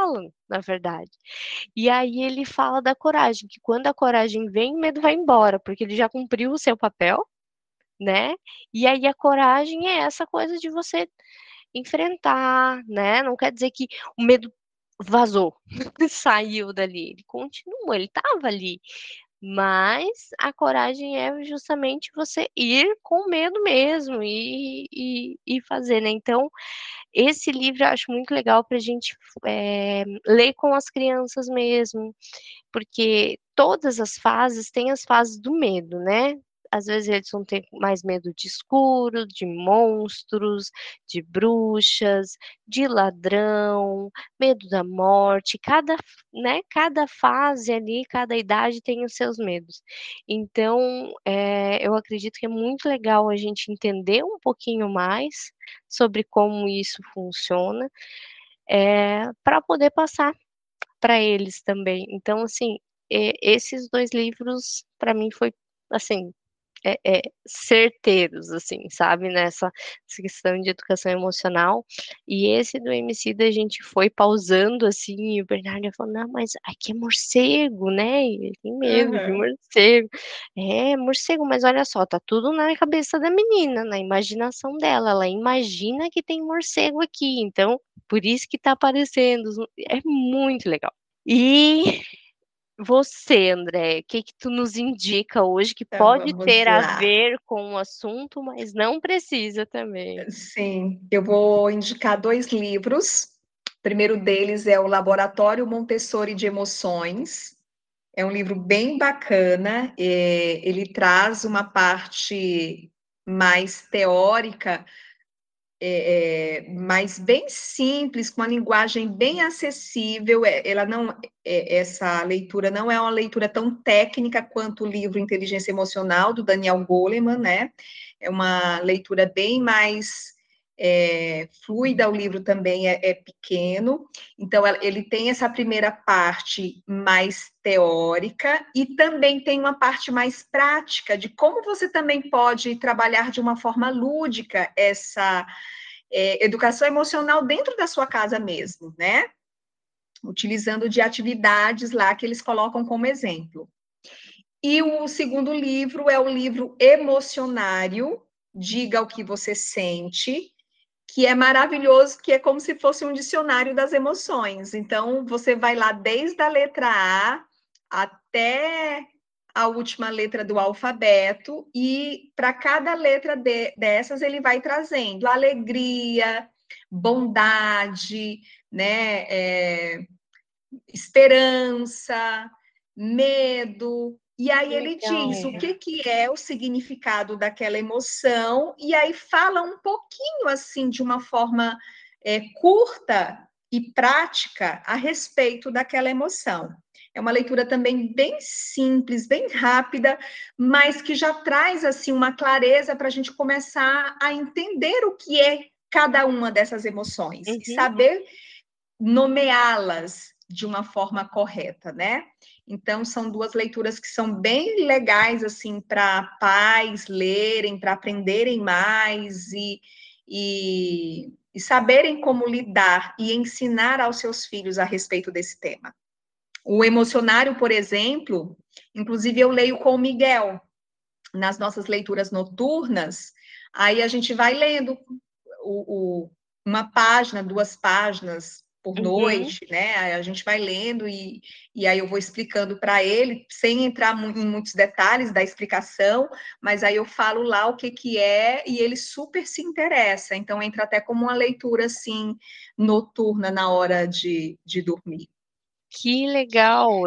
na verdade. E aí ele fala da coragem, que quando a coragem vem, o medo vai embora, porque ele já cumpriu o seu papel, né? E aí a coragem é essa coisa de você enfrentar, né? Não quer dizer que o medo vazou, saiu dali. Ele continua, ele estava ali. Mas a coragem é justamente você ir com medo mesmo e fazer, né? Então, esse livro eu acho muito legal para a gente ler com as crianças mesmo, porque todas as fases têm as fases do medo, né? Às vezes eles vão ter mais medo de escuro, de monstros, de bruxas, de ladrão, medo da morte. Cada fase ali, cada idade tem os seus medos. Então, eu acredito que é muito legal a gente entender um pouquinho mais sobre como isso funciona, para poder passar para eles também. Então, assim, esses 2 livros para mim foi, assim, certeiros, assim, sabe, essa questão de educação emocional. E esse do Emicida a gente foi pausando, assim, e o Bernardo falou: "Não, mas aqui é morcego, né, e ele tem medo de Aham. morcego". "É, morcego, mas olha só, tá tudo na cabeça da menina, na imaginação dela, ela imagina que tem morcego aqui, então por isso que tá aparecendo". É muito legal. E você, André, o que que tu nos indica hoje que Então pode vamos ter a lá. ver com o assunto, mas não precisa também? Sim, eu vou indicar 2 livros. O primeiro deles é o Laboratório Montessori de Emoções. É um livro bem bacana, ele traz uma parte mais teórica, mas bem simples, com uma linguagem bem acessível. Ela não, essa leitura não é uma leitura tão técnica quanto o livro Inteligência Emocional do Daniel Goleman, né? É uma leitura bem mais fluida. O livro também é pequeno, então ele tem essa primeira parte mais teórica e também tem uma parte mais prática de como você também pode trabalhar de uma forma lúdica essa educação emocional dentro da sua casa mesmo, né? Utilizando de atividades lá que eles colocam como exemplo. E o segundo livro é o livro Emocionário, Diga o que você sente, que é maravilhoso, que é como se fosse um dicionário das emoções. Então, você vai lá desde a letra A até a última letra do alfabeto, e para cada letra dessas ele vai trazendo alegria, bondade, né, esperança, medo. E aí ele diz o Legal. que é o significado daquela emoção, e aí fala um pouquinho assim, de uma forma curta e prática a respeito daquela emoção. É uma leitura também bem simples, bem rápida, mas que já traz assim uma clareza para a gente começar a entender o que é cada uma dessas emoções e Uhum. saber nomeá-las de uma forma correta, né? Então, são 2 leituras que são bem legais, assim, para pais lerem, para aprenderem mais e saberem como lidar e ensinar aos seus filhos a respeito desse tema. O emocionário, por exemplo, inclusive eu leio com o Miguel nas nossas leituras noturnas, aí a gente vai lendo uma página, 2 páginas por Uhum. noite, né? Aí a gente vai lendo e aí eu vou explicando para ele, sem entrar em muitos detalhes da explicação, mas aí eu falo lá o que que é e ele super se interessa. Então entra até como uma leitura assim noturna na hora de dormir. Que legal,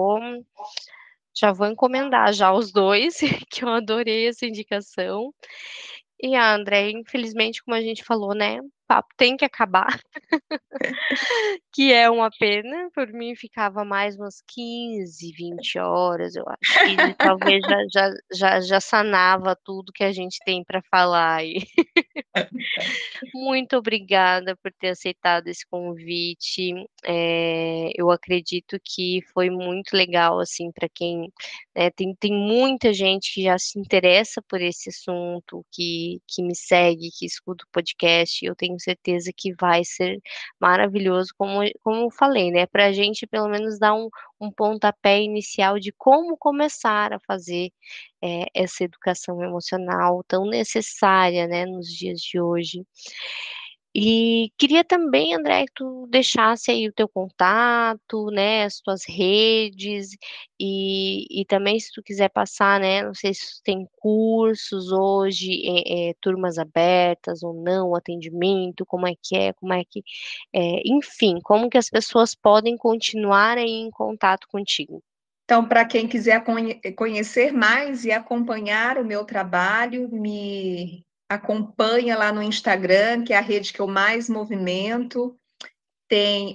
já vou encomendar já os 2, que eu adorei essa indicação. E, André, infelizmente, como a gente falou, né, o papo tem que acabar. Que é uma pena, por mim ficava mais umas 15, 20 horas, eu acho que talvez já sanava tudo que a gente tem para falar aí. Muito obrigada por ter aceitado esse convite, eu acredito que foi muito legal, assim, para quem, tem muita gente que já se interessa por esse assunto, que me segue, que escuta o podcast, e eu tenho tenho certeza que vai ser maravilhoso, como eu falei, né, pra gente pelo menos dar um pontapé inicial de como começar a fazer, essa educação emocional tão necessária, né, nos dias de hoje. E queria também, André, que tu deixasse aí o teu contato, né, as tuas redes, e também se tu quiser passar, né, não sei se tu tem cursos hoje, turmas abertas ou não, atendimento, como é que, enfim, como que as pessoas podem continuar aí em contato contigo? Então, para quem quiser conhecer mais e acompanhar o meu trabalho, me acompanha lá no Instagram, que é a rede que eu mais movimento. Tem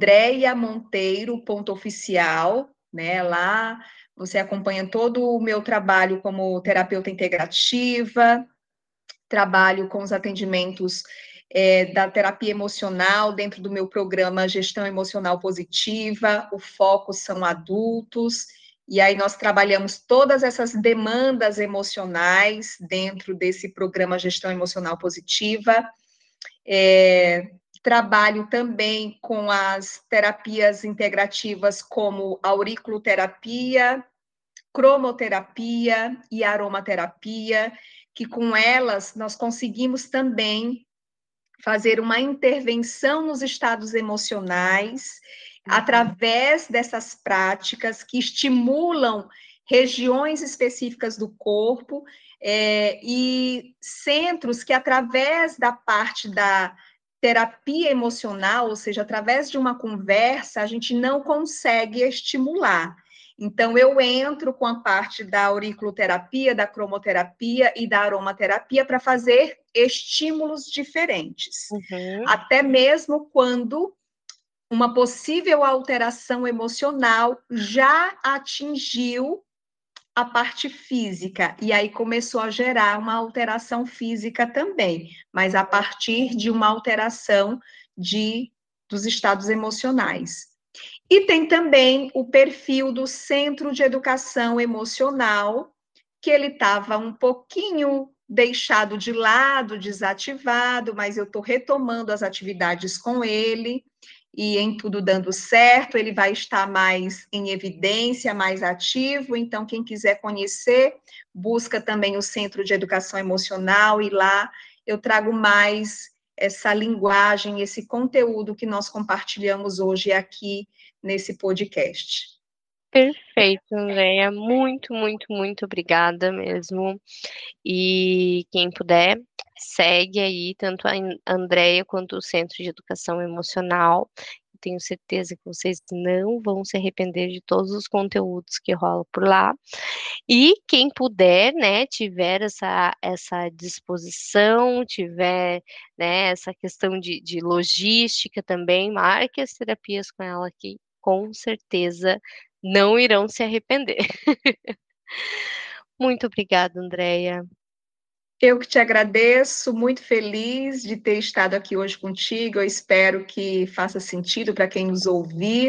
andreiamonteiro.oficial, né? Lá você acompanha todo o meu trabalho como terapeuta integrativa, trabalho com os atendimentos da terapia emocional dentro do meu programa Gestão Emocional Positiva. O foco são adultos, e aí nós trabalhamos todas essas demandas emocionais dentro desse programa Gestão Emocional Positiva. Trabalho também com as terapias integrativas como auriculoterapia, cromoterapia e aromaterapia, que com elas nós conseguimos também fazer uma intervenção nos estados emocionais através dessas práticas que estimulam regiões específicas do corpo, e centros que, através da parte da terapia emocional, ou seja, através de uma conversa, a gente não consegue estimular. Então, eu entro com a parte da auriculoterapia, da cromoterapia e da aromaterapia para fazer estímulos diferentes. Uhum. Até mesmo quando uma possível alteração emocional já atingiu a parte física, e aí começou a gerar uma alteração física também, mas a partir de uma alteração dos estados emocionais. E tem também o perfil do Centro de Educação Emocional, que ele estava um pouquinho deixado de lado, desativado, mas eu estou retomando as atividades com ele, e em tudo dando certo, ele vai estar mais em evidência, mais ativo. Então, quem quiser conhecer, busca também o Centro de Educação Emocional, e lá eu trago mais essa linguagem, esse conteúdo que nós compartilhamos hoje aqui nesse podcast. Perfeito, Andréia. Muito, muito, muito obrigada mesmo. E quem puder, segue aí tanto a Andréia quanto o Centro de Educação Emocional. Tenho certeza que vocês não vão se arrepender de todos os conteúdos que rolam por lá. E quem puder, né, tiver essa disposição, tiver, né, essa questão de logística também, marque as terapias com ela, que com certeza não irão se arrepender. Muito obrigada, Andréia. Eu que te agradeço, muito feliz de ter estado aqui hoje contigo. Eu espero que faça sentido para quem nos ouvir.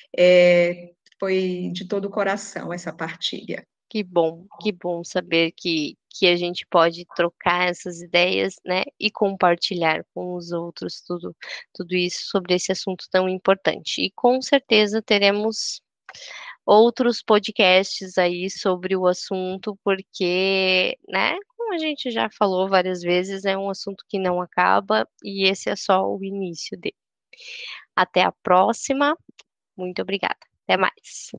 Foi de todo o coração essa partilha. Que bom saber que a gente pode trocar essas ideias, né, e compartilhar com os outros tudo isso sobre esse assunto tão importante. E com certeza teremos outros podcasts aí sobre o assunto, porque, né, como a gente já falou várias vezes, é um assunto que não acaba e esse é só o início dele. Até a próxima. Muito obrigada. Até mais.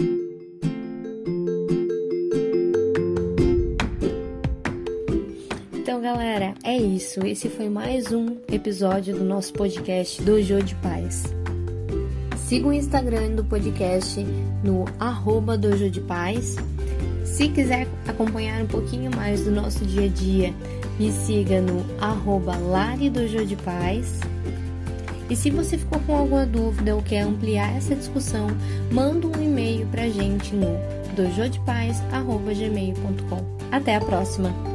Então, galera, é isso. Esse foi mais um episódio do nosso podcast Dojo de Paz. Siga o Instagram do podcast no @Dojo de Paz. Se quiser acompanhar um pouquinho mais do nosso dia a dia, me siga no @Lari Dojo de Paz. E se você ficou com alguma dúvida ou quer ampliar essa discussão, manda um e-mail pra gente no dojodepaz@gmail.com. Até a próxima!